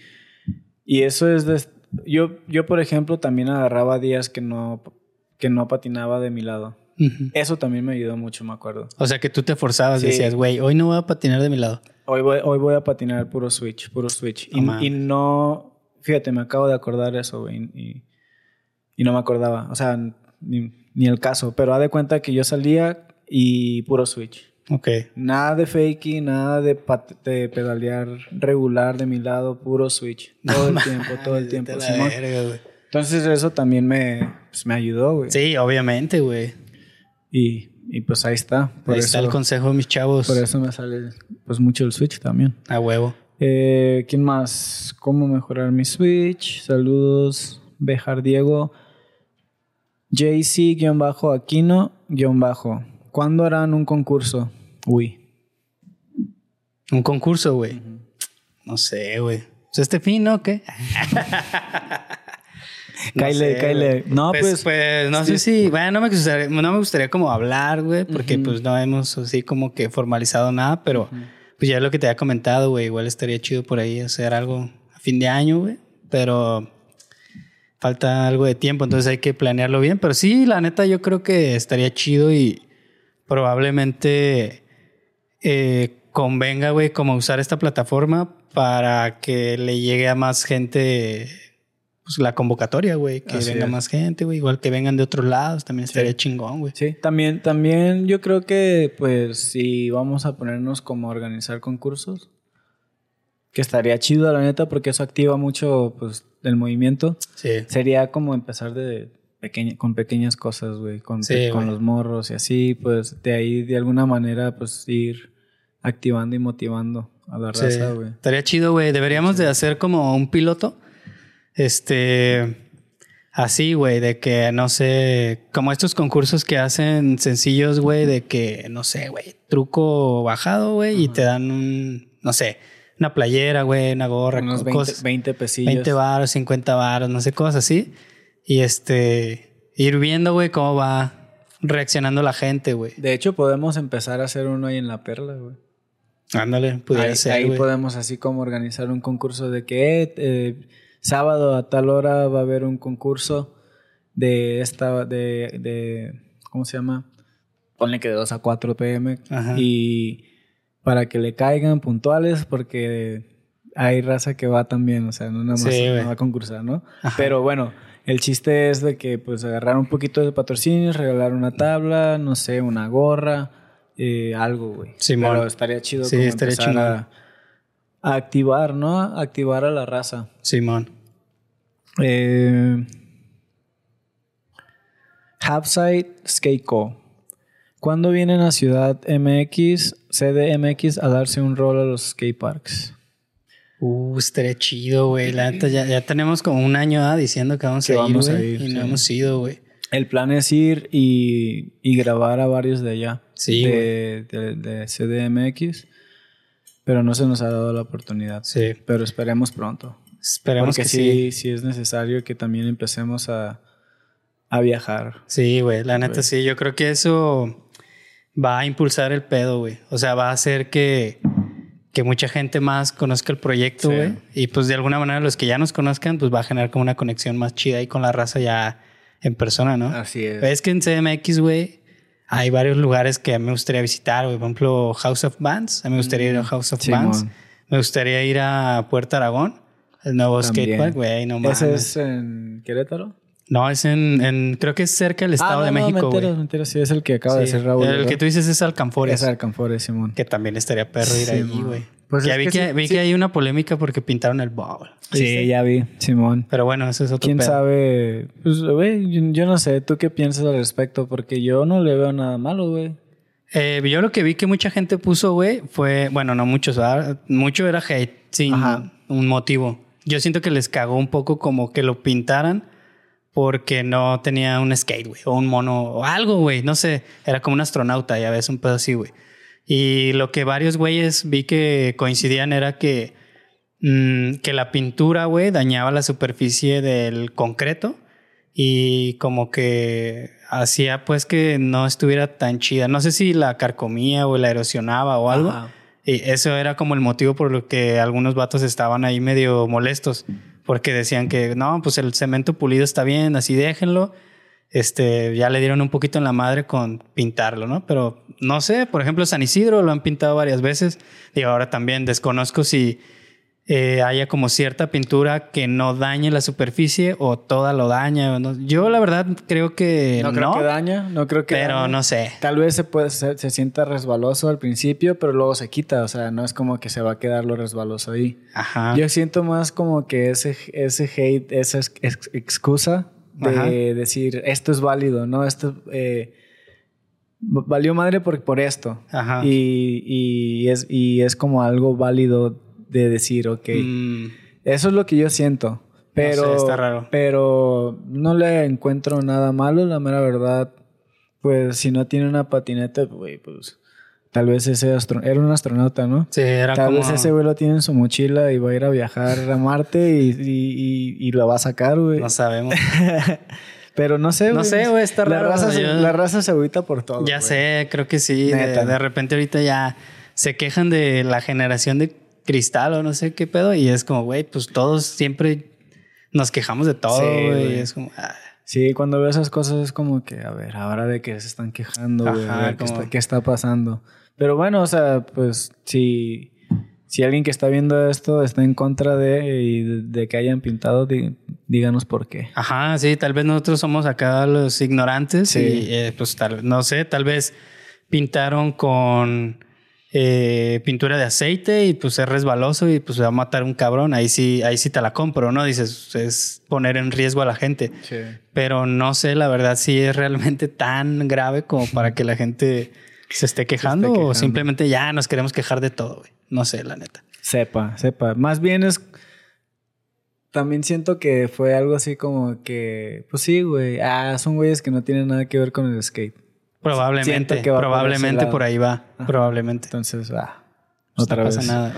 Y eso es de... Yo, yo, por ejemplo, también agarraba días que no, que no patinaba de mi lado. Uh-huh. Eso también me ayudó mucho, me acuerdo. O sea, que tú te forzabas, sí. decías, güey, hoy no voy a patinar de mi lado. Hoy voy, hoy voy a patinar puro switch, puro switch. Y, oh, y no... Fíjate, me acabo de acordar eso, güey. Y, y no me acordaba. O sea, ni, ni el caso. Pero haz de cuenta que yo salía y puro switch. Ok. Nada de fakey, nada de, pat- de pedalear regular de mi lado, puro switch. Todo el tiempo, todo el tiempo. La verga, entonces eso también me, pues, me ayudó, güey. Sí, obviamente, güey. Y, y pues ahí está. Por ahí eso, está el consejo, mis chavos. Por eso me sale pues mucho el switch también. A huevo. Eh, ¿Quién más? ¿Cómo mejorar mi switch? Saludos, Bejar Diego. J C-Aquino- ¿Cuándo harán un concurso? Uy. ¿Un concurso, güey? Uh-huh. No sé, güey. ¿Es este fin, no? ¿Qué? Cáile, cáile. No, pues, pues... Pues, no sí. sé si... Bueno, no me gustaría, no me gustaría como hablar, güey. Porque, uh-huh. pues, no hemos así como que formalizado nada. Pero, uh-huh. pues, ya es lo que te había comentado, güey. Igual estaría chido por ahí hacer algo a fin de año, güey. Pero... falta algo de tiempo. Entonces hay que planearlo bien. Pero sí, la neta, yo creo que estaría chido y... probablemente eh, convenga, güey, como usar esta plataforma para que le llegue a más gente pues, la convocatoria, güey. Que Así venga es. más gente, güey. Igual que vengan de otros lados, también estaría sí. chingón, güey. Sí, también, también yo creo que, pues, si vamos a ponernos como a organizar concursos, que estaría chido, la neta, porque eso activa mucho, pues, el movimiento. Sí. Sería como empezar de... Pequeña, con pequeñas cosas, güey, con, sí, con los morros y así, pues de ahí de alguna manera pues ir activando y motivando a la sí. raza, güey. Estaría chido, güey. Deberíamos sí. de hacer como un piloto, este, así, güey, de que, no sé, como estos concursos que hacen sencillos, güey, de que, no sé, güey, truco bajado, güey, uh-huh. y te dan un, no sé, una playera, güey, una gorra, unos veinte, cosas, veinte pesillos. veinte varos, cincuenta varos, no sé, cosas así. Y este, ir viendo, güey, cómo va reaccionando la gente, güey. De hecho, podemos empezar a hacer uno ahí en La Perla, güey. Ándale, pudiera ahí, ser, Ahí güey. podemos así como organizar un concurso de que eh, eh, sábado a tal hora va a haber un concurso de esta, de, de ¿cómo se llama? Ponle que de dos a cuatro pm. Ajá. Y para que le caigan puntuales porque hay raza que va también, o sea, no nada más sí, no va a concursar, ¿no? Ajá. Pero bueno... El chiste es de que pues agarrar un poquito de patrocinios, regalar una tabla, no sé, una gorra, eh, algo, güey. Simón. Pero estaría chido sí, como estaría empezar a, a activar, ¿no? A activar a la raza. Simón. Eh, Hapside Skate Co. ¿Cuándo vienen a Ciudad M X, C D M X, a darse un rol a los skateparks? Uh, estaría chido, güey. La neta, ya, ya tenemos como un año ah, diciendo que vamos, que a, vamos ir, a ir, y sí. no hemos ido, güey. El plan es ir y, y grabar a varios de allá. Sí, de, de, de C D M X. pero no se nos ha dado la oportunidad. Sí. Pero esperemos pronto. Esperemos Porque que sí, sí. sí es necesario que también empecemos a, a viajar. Sí, güey, la neta Güey. sí. Yo creo que eso va a impulsar el pedo, güey. O sea, va a hacer que, que mucha gente más conozca el proyecto, Sí. güey. Y pues de alguna manera los que ya nos conozcan, pues va a generar como una conexión más chida ahí con la raza ya en persona, ¿no? Así es. Es que en C D M X, güey, hay varios lugares que a mí me gustaría visitar, güey. Por ejemplo, House of Bands. A mí me gustaría ir a House of Simón. Bands. Me gustaría ir a Puerto Aragón, el nuevo También. skatepark, güey. No mames. ¿Ese es en Querétaro? No, es en, en... Creo que es cerca del Estado ah, de no, México, no, güey. mentira, mentira. Sí, es el que acaba de Sí, decir Raúl. el ¿verdad? que tú dices es Alcanfores. Es Alcanfores, Simón. Que también estaría perro ir Sí, ahí, man. güey. Pues ya es vi, que que, sí, vi sí. que hay una polémica porque pintaron el bowl. Sí, ya vi, Simón. Pero bueno, eso es otro ¿Quién pedo. sabe? Pues, güey, yo, yo no sé. ¿Tú qué piensas al respecto? Porque yo no le veo nada malo, güey. Eh, yo lo que vi que mucha gente puso, güey, fue... Bueno, no muchos, ¿verdad? Mucho era hate sin Ajá. un motivo. Yo siento que les cagó un poco como que lo pintaran porque no tenía un skate, güey. O un mono o algo, güey. No sé. Era como un astronauta, ya ves, un pedo así, güey. Y lo que varios güeyes vi que coincidían era que... mm, que la pintura, güey, dañaba la superficie del concreto. Y como que hacía pues que no estuviera tan chida. No sé si la carcomía o la erosionaba o algo. Ajá. Y eso era como el motivo por lo que algunos vatos estaban ahí medio molestos. Porque decían que no, pues el cemento pulido está bien, así déjenlo. Este, ya le dieron un poquito en la madre con pintarlo, ¿no? Pero no sé, por ejemplo, San Isidro lo han pintado varias veces. Y ahora también desconozco si eh, haya como cierta pintura que no dañe la superficie o toda lo daña. ¿No? Yo la verdad creo que No no, creo que daña, no creo que pero daña. no sé. Tal vez se, puede, se, se sienta resbaloso al principio, pero luego se quita. O sea, no es como que se va a quedar lo resbaloso ahí. Ajá. Yo siento más como que ese, ese hate, esa ex- ex- excusa de Ajá. decir esto es válido, ¿no? Esto eh, valió madre por, por esto. Ajá. Y, y, es, y es como algo válido de decir, ok. Mm, Eso es lo que yo siento. Pero, No sé, está raro. pero no le encuentro nada malo, la mera verdad. Pues si no tiene una patineta, güey, pues tal vez ese astro era un astronauta, ¿no? sí, era Tal como... vez ese güey lo tiene en su mochila y va a ir a viajar a Marte y, y, y, y lo va a sacar, güey. No sabemos. Pero no sé, güey. No sé, güey, está la raro, Raza se, yo- La raza se agüita por todo. Ya güey. sé, creo que sí. De, Neta. de repente ahorita ya se quejan de la generación de cristal o no sé qué pedo. Y es como, güey, pues todos siempre nos quejamos de todo, Sí, güey. güey. Y es como... ah, Sí, cuando veo esas cosas es como que, a ver, ahora de qué se están quejando, güey. Ajá, A ver, ¿qué, como- está, qué está pasando? Pero bueno, o sea, pues si, si alguien que está viendo esto está en contra de, y de, de que hayan pintado, dí- díganos por qué. Ajá, sí, tal vez nosotros somos acá los ignorantes. Sí. Y eh, pues tal, no sé, tal vez pintaron con eh, pintura de aceite y pues es resbaloso y pues se va a matar un cabrón. Ahí sí, ahí sí te la compro, ¿no? Dices, es poner en riesgo a la gente. Sí. Pero no sé, la verdad, si es realmente tan grave como para que la gente se esté quejando, quejando. o simplemente ya nos queremos quejar de todo, güey. No sé, la neta. Sepa, sepa. Más bien es... También siento que fue algo así como que... Pues sí, güey. Ah, son güeyes que no tienen nada que ver con el skate. Probablemente, Siento que va por ese probablemente lado. por, ahí va. Ajá. Probablemente. Entonces, ah, No otra pasa vez. nada.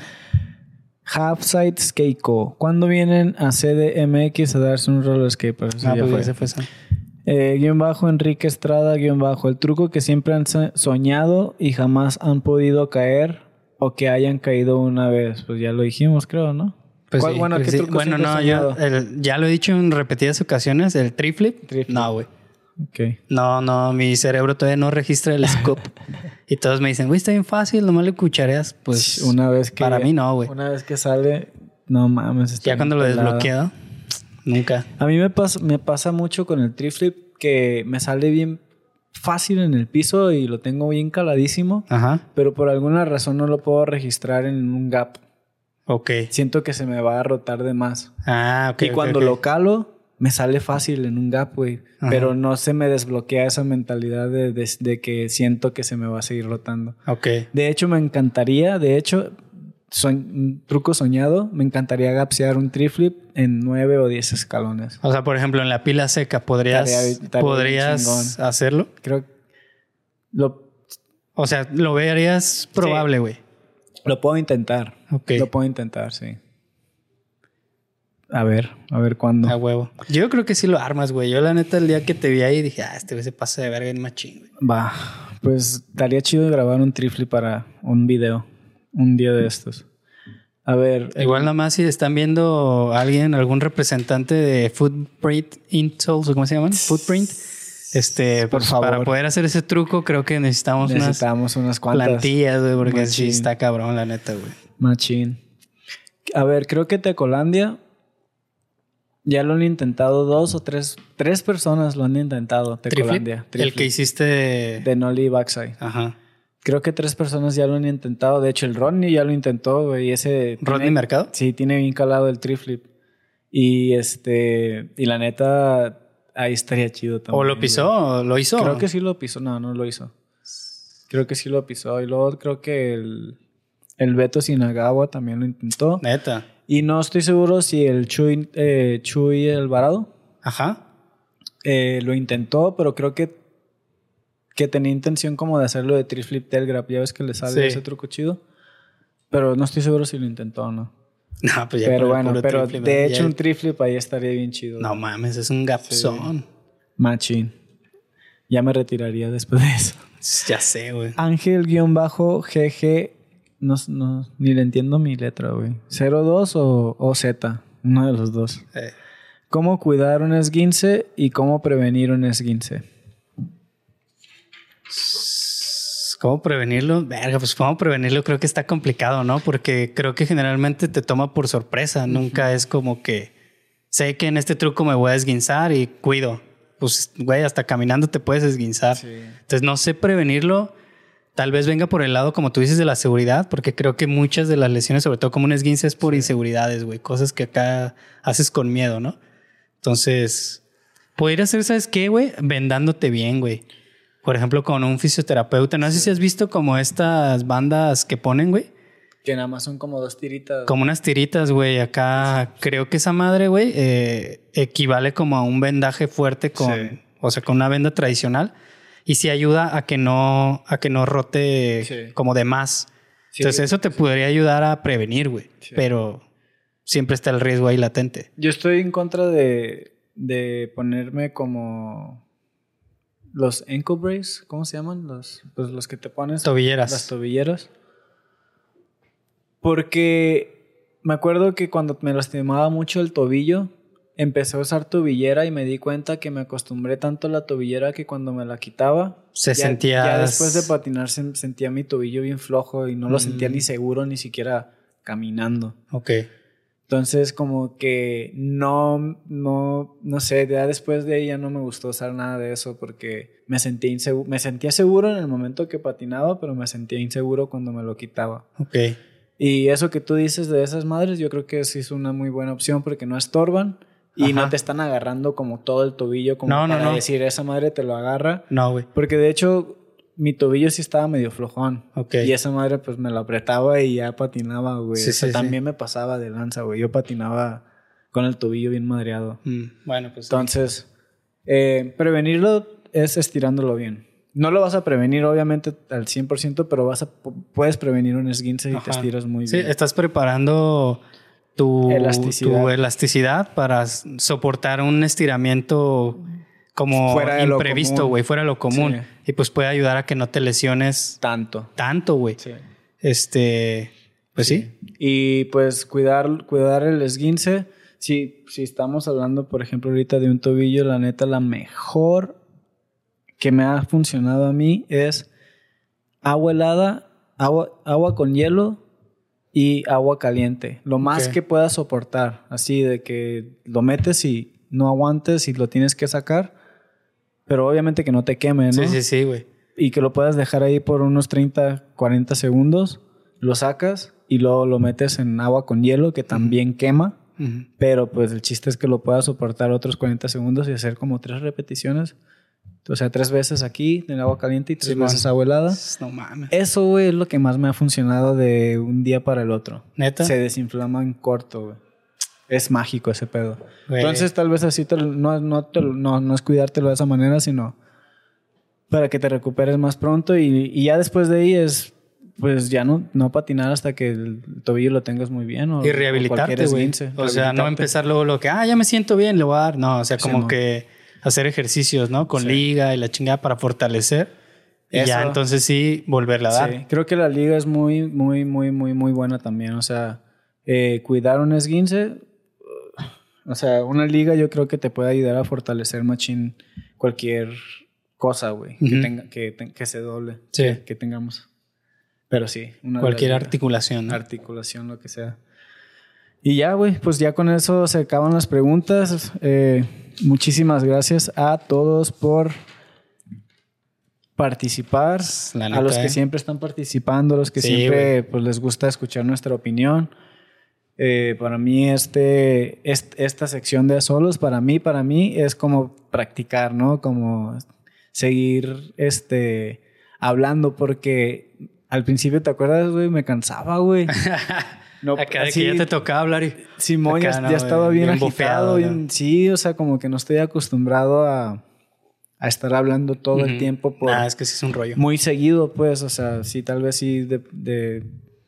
Halfside Skateco. ¿Cuándo vienen a C D M X a darse un roller skate? Pues eso Ah, ya pues fue. ya se fue eso. Eh, guión bajo Enrique Estrada, guión bajo. El truco que siempre han so- soñado y jamás han podido caer o que hayan caído una vez. Pues ya lo dijimos, creo, ¿no? Pues ¿Cuál- sí, bueno, pues ¿qué sí. truco Bueno, siempre no, has yo soñado? el- ya lo he dicho en repetidas ocasiones, el triflip. Triflip. No, güey. Ok. No, no, mi cerebro todavía no registra el scoop. Y todos me dicen, güey, está bien fácil, nomás le cuchareas. Pues Una vez que... para mí no, güey. Una vez que sale... No mames. está Ya cuando bien lo pelado. desbloqueo, nunca. A mí me pasa, me pasa mucho con el triflip que me sale bien fácil en el piso y lo tengo bien caladísimo, Ajá. pero por alguna razón no lo puedo registrar en un gap. Ok. Siento que se me va a rotar de más. Ah, ok. y ok, cuando ok. lo calo, me sale fácil en un gap, güey. Ajá. Pero no se me desbloquea esa mentalidad de, de, de que siento que se me va a seguir rotando. Ok. De hecho, me encantaría, de hecho, soñ- un truco soñado, me encantaría gapsear un triflip en nueve o diez escalones. O sea, por ejemplo, en la pila seca, ¿podrías, Estaría- estaría bien ¿podrías chingón. hacerlo? Creo lo O sea, lo verías probable, güey. Lo puedo intentar. Ok. Lo puedo intentar, sí. A ver, a ver cuándo. A huevo. Yo creo que sí lo armas, güey. Yo la neta el día que te vi ahí dije, ah, este güey se pasa de verga en machín, güey. Va, pues estaría chido grabar un trifle para un video. Un día de estos. A ver. Igual el... nada más si están viendo a alguien, algún representante de Footprint Insoles, ¿cómo se llaman? Footprint. Este, por pues, favor. Para poder hacer ese truco creo que necesitamos, necesitamos unas, unas cuantas plantillas, güey, porque Machín. sí está cabrón, la neta, güey. Machín. A ver, creo que Tecolandia ya lo han intentado dos o tres. Tres personas lo han intentado. Tecolandia. ¿Trifle? El que hiciste de... de Nollie Backside. Ajá. Creo que tres personas ya lo han intentado. De hecho, el Rodney ya lo intentó, güey. Y ese... ¿Rodney tiene, Mercado? Sí, tiene bien calado el triflip. Y este... Y la neta... Ahí estaría chido también. ¿O lo pisó o lo hizo? Creo que sí lo pisó. No, no lo hizo. Creo que sí lo pisó. Y luego creo que el... El Beto Sinagawa también lo intentó. Neta. Y no estoy seguro si el Chuy, eh, Chuy Alvarado Ajá. eh, lo intentó, pero creo que, que tenía intención como de hacerlo de triflip tail grab. Ya ves que le sale Sí. ese truco chido. Pero no estoy seguro si lo intentó o no. No, pues ya Pero con el bueno, puro pero trifle, de ya- hecho un triflip ahí estaría bien chido. No mames, es un gapzón. Machín. Ya me retiraría después de eso. Ya sé, güey. Ángel-G G. No, no, ni le entiendo mi letra, güey. ¿cero dos o, o Z? Uno de los dos. Eh. ¿Cómo cuidar un esguince y cómo prevenir un esguince? ¿Cómo prevenirlo? Verga, pues cómo prevenirlo creo que está complicado, ¿no? Porque creo que generalmente te toma por sorpresa. Uh-huh. Nunca es como que sé que en este truco me voy a esguinzar y cuido. Pues, güey, hasta caminando te puedes esguinzar. Sí. Entonces, no sé prevenirlo. Tal vez venga por el lado, como tú dices, de la seguridad, porque creo que muchas de las lesiones, sobre todo como un esguince, es por sí. inseguridades, güey. Cosas que acá haces con miedo, ¿no? Entonces, podría hacer, ¿sabes qué, güey? Vendándote bien, güey. Por ejemplo, con un fisioterapeuta. No sí. sé si has visto como estas bandas que ponen, güey. Que nada más son como dos tiritas. Como unas tiritas, güey. Acá sí. creo que esa madre, güey, eh, equivale como a un vendaje fuerte con... Sí. O sea, con una venda tradicional. Y sí ayuda a que no, a que no rote sí. como de más. Sí, Entonces eso te sí. podría ayudar a prevenir, güey. Sí. Pero siempre está el riesgo ahí latente. Yo estoy en contra de, de ponerme como los ankle brace. ¿Cómo se llaman? Los, pues los que te pones. Tobilleras. Las tobilleras. Porque me acuerdo que cuando me lastimaba mucho el tobillo... Empecé a usar tobillera y me di cuenta que me acostumbré tanto a la tobillera que cuando me la quitaba... Se ya, sentía... Ya después de patinar se, sentía mi tobillo bien flojo y no lo mm. sentía ni seguro ni siquiera caminando. Ok. Entonces como que no, no, no sé, ya después de ahí ya no me gustó usar nada de eso porque me sentía inseguro. Me sentía seguro en el momento que patinaba, pero me sentía inseguro cuando me lo quitaba. Ok. Y eso que tú dices de esas madres, yo creo que sí es una muy buena opción porque no estorban. Y Ajá. no te están agarrando como todo el tobillo, como no, para no, no. decir, esa madre te lo agarra. No, güey. Porque de hecho, mi tobillo sí estaba medio flojón. Okay. Y esa madre pues me lo apretaba y ya patinaba, güey. Sí, o sea, sí, también sí. me pasaba de lanza, güey. Yo patinaba con el tobillo bien madreado. Mm, bueno, pues Entonces, sí. eh, prevenirlo es estirándolo bien. No lo vas a prevenir, obviamente, al cien por ciento, pero vas a, puedes prevenir un esguince y Ajá. te estiras muy sí, bien. Sí, estás preparando... Tu elasticidad. tu elasticidad para soportar un estiramiento como fuera imprevisto, güey, fuera de lo común. Sí. Y pues puede ayudar a que no te lesiones tanto. Tanto, güey. Sí. Este, pues sí. sí. Y pues cuidar, cuidar el esguince. Si, si estamos hablando, por ejemplo, ahorita de un tobillo, la neta, la mejor que me ha funcionado a mí es agua helada, agua, agua con hielo y agua caliente. Lo más okay. que puedas soportar. Así de que lo metes y no aguantes y lo tienes que sacar. Pero obviamente que no te queme, ¿no? Sí, sí, sí, güey. Y que lo puedas dejar ahí por unos treinta, cuarenta segundos. Lo sacas y luego lo metes en agua con hielo que también uh-huh. quema. Uh-huh. Pero pues el chiste es que lo puedas soportar otros cuarenta segundos y hacer como tres repeticiones. O sea, tres veces aquí en agua caliente y tres sí, veces man. agua helada. No mames. Eso, güey, es lo que más me ha funcionado de un día para el otro. ¿Neta? Se desinflama en corto, güey. Es mágico ese pedo. Güey. Entonces, tal vez así te, no, no, te, no, no es cuidártelo de esa manera, sino para que te recuperes más pronto. Y, y ya después de ahí es pues ya no, no patinar hasta que el tobillo lo tengas muy bien. O, y rehabilitarte, güey. O sea, no empezar luego lo que, ah, ya me siento bien, le voy a dar. No, o sea, como sí, que hacer ejercicios, ¿no? Con sí. liga y la chingada para fortalecer. Y Eso, ya entonces sí, volverla a dar. Sí, creo que la liga es muy, muy, muy, muy, muy buena también. O sea, eh, cuidar un esguince. O sea, una liga yo creo que te puede ayudar a fortalecer machín cualquier cosa, güey. Uh-huh. Que, tenga, que, que se doble. Sí. Que, que tengamos. Pero sí. Una cualquier articulación, ¿no? Articulación, lo que sea. Y ya, güey, pues ya con eso se acaban las preguntas. Eh, muchísimas gracias a todos por participar. La neta, a los que eh. siempre están participando, a los que sí, siempre pues, les gusta escuchar nuestra opinión. Eh, para mí este, este, esta sección de solos, para mí, para mí es como practicar, ¿no? Como seguir este, hablando porque... Al principio, ¿te acuerdas, güey? Me cansaba, güey. No, acá de así, que ya te tocaba hablar y... Simón ya, no, ya estaba bien, bien agitado. Bien, sí, o sea, como que no estoy acostumbrado a, a estar hablando todo uh-huh. el tiempo. Por, ah, es que sí es un rollo. Muy seguido, pues. O sea, sí, tal vez sí de, de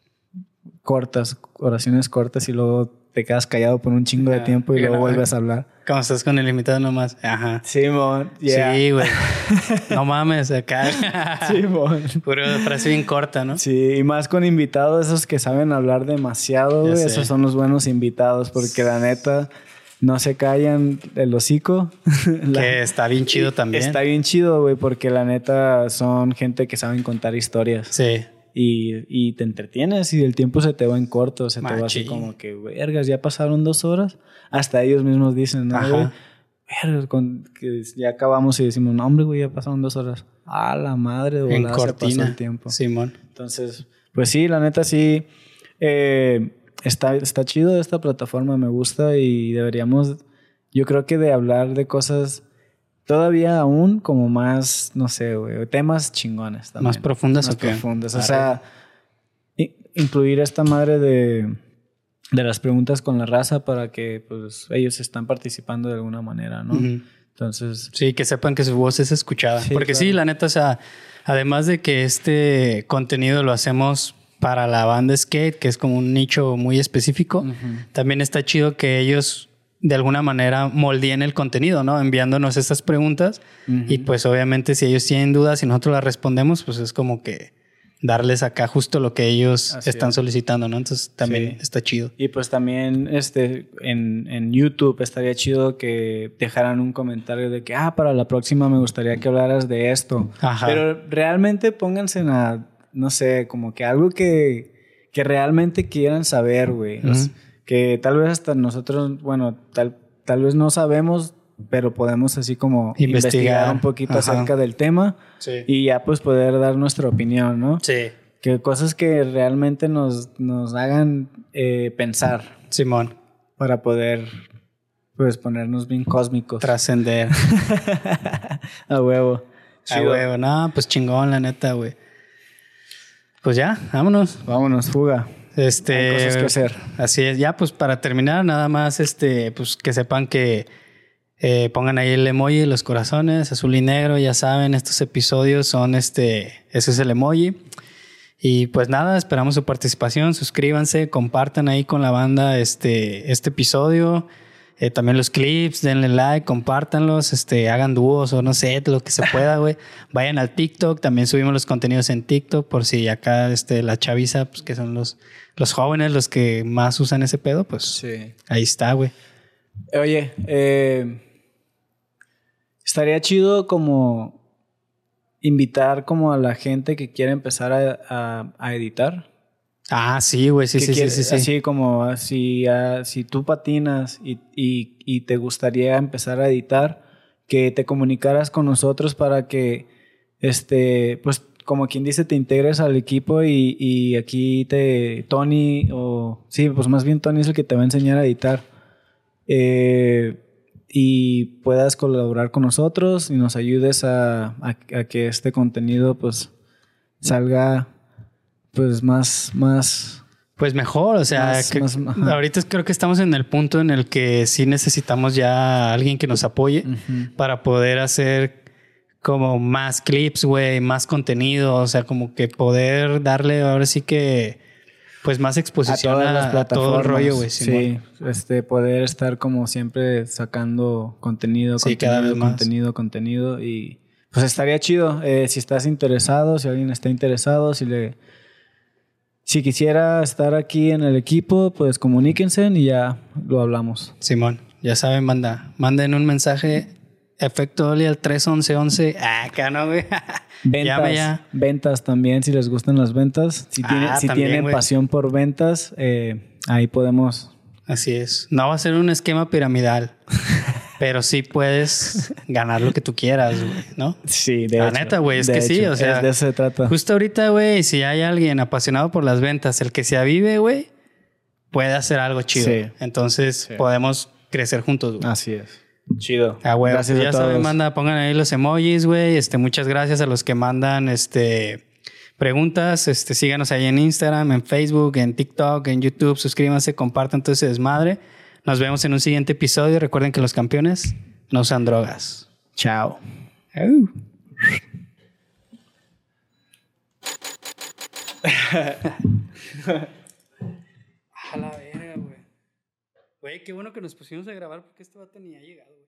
cortas, oraciones cortas y luego te quedas callado por un chingo de tiempo y, y luego no, vuelves a hablar. Como estás con el invitado nomás. Ajá. Simón, yeah. Sí, güey. No mames, acá. Simón. Puro frase bien corta, ¿no? Sí, y más con invitados, esos que saben hablar demasiado, güey. Esos son los buenos invitados, porque la neta no se callan el hocico. la, que está bien chido también. Está bien chido, güey, porque la neta son gente que saben contar historias. Sí. Y, y te entretienes y el tiempo se te va en corto, se Machi. te va así como que, vergas, ya pasaron dos horas. Hasta ellos mismos dicen, ¿no, güey? Vergas, con, que ya acabamos y decimos, no, hombre, güey, ya pasaron dos horas. Ah, la madre, de volada se pasó el tiempo. Simón. Entonces, pues sí, la neta sí, eh, está, está chido esta plataforma, me gusta y deberíamos, yo creo que de hablar de cosas... Todavía aún como más, no sé, güey, temas chingones también. Más profundas. Más o profundas. O sea, incluir esta madre de, de las preguntas con la raza para que pues ellos están participando de alguna manera, ¿no? Uh-huh. Entonces... Sí, que sepan que su voz es escuchada. Sí, porque claro. sí, la neta, o sea, además de que este contenido lo hacemos para la banda skate, que es como un nicho muy específico, uh-huh. también está chido que ellos... de alguna manera moldeen el contenido, ¿no? Enviándonos estas preguntas uh-huh. y pues obviamente si ellos tienen dudas y nosotros las respondemos, pues es como que darles acá justo lo que ellos Así están es. solicitando, ¿no? Entonces también sí. está chido. Y pues también este en, en YouTube estaría chido que dejaran un comentario de que, ah, para la próxima me gustaría que hablaras de esto. Ajá. Pero realmente pónganse en a, no sé, como que algo que, que realmente quieran saber, güey. Uh-huh. O sea, que tal vez hasta nosotros, bueno, tal, tal vez no sabemos, pero podemos así como investigar, investigar un poquito Ajá. acerca del tema sí. y ya pues poder dar nuestra opinión, ¿no? Sí. Que cosas que realmente nos, nos hagan eh, pensar. Simón. Para poder, pues, ponernos bien cósmicos. Trascender. A huevo. Chido. A huevo. No, pues chingón, la neta, güey. Pues ya, vámonos. Vámonos, fuga. Este, Hay cosas que hacer. Así es. Ya, pues para terminar, nada más este, pues que sepan que eh, pongan ahí el emoji, los corazones, azul y negro. Ya saben, estos episodios son este, ese es el emoji. Y pues nada, esperamos su participación. Suscríbanse, compartan ahí con la banda este, este episodio. Eh, también los clips, denle like, compártanlos, este, hagan dúos o no sé, lo que se pueda, güey. Vayan al TikTok, también subimos los contenidos en TikTok por si acá este, la chaviza, pues que son los, los jóvenes los que más usan ese pedo, pues sí. Ahí está, güey. Oye, eh, estaría chido como invitar como a la gente que quiere empezar a, a, a editar. Ah, sí, güey, sí, sí, quiere, sí, sí, sí. Así como si, uh, si tú patinas y, y, y te gustaría empezar a editar, que te comunicaras con nosotros para que, este, pues, como quien dice, te integres al equipo y, y aquí te, Tony, o sí, pues más bien Tony es el que te va a enseñar a editar. Eh, y puedas colaborar con nosotros y nos ayudes a, a, a que este contenido, pues, salga... pues más, más... Pues mejor, o sea, más, que más, ahorita creo que estamos en el punto en el que sí necesitamos ya a alguien que nos apoye uh-huh. para poder hacer como más clips, güey, más contenido, o sea, como que poder darle ahora sí que pues más exposición a, todas las a plataformas. todo el rollo, güey. Sí, este, poder estar como siempre sacando contenido, Sí, contenido, cada vez más. contenido, contenido y pues estaría chido. Eh, si estás interesado, si alguien está interesado, si le, si quisiera estar aquí en el equipo, pues comuníquense y ya lo hablamos. Simón, ya saben, manda, manden un mensaje Efecto Oli al tres once once. Ah, acá no, güey. Ventas, Llame ya. ventas también, si les gustan las ventas. Si, Ah, tiene, si también, tienen güey. pasión por ventas, eh, ahí podemos. Así es. No va a ser un esquema piramidal, pero sí puedes ganar lo que tú quieras, güey, ¿no? Sí, de La hecho. neta, güey, es de que sí, hecho, o sea, es de eso se trata. Justo ahorita, güey, si hay alguien apasionado por las ventas, el que se avive, güey, puede hacer algo chido. Sí. Entonces, Sí. podemos crecer juntos, güey. Así es. Chido. Ah, güey, Gracias ya a todos. saben, manda, pongan ahí los emojis, güey. Este, muchas gracias a los que mandan este preguntas. Este, síganos ahí en Instagram, en Facebook, en TikTok, en YouTube. Suscríbanse, compartan todo ese desmadre. Nos vemos en un siguiente episodio. Recuerden que los campeones no usan drogas. Chao. Au. A la verga, güey. Güey, qué bueno que nos pusimos a grabar porque este vato ni ha llegado, güey.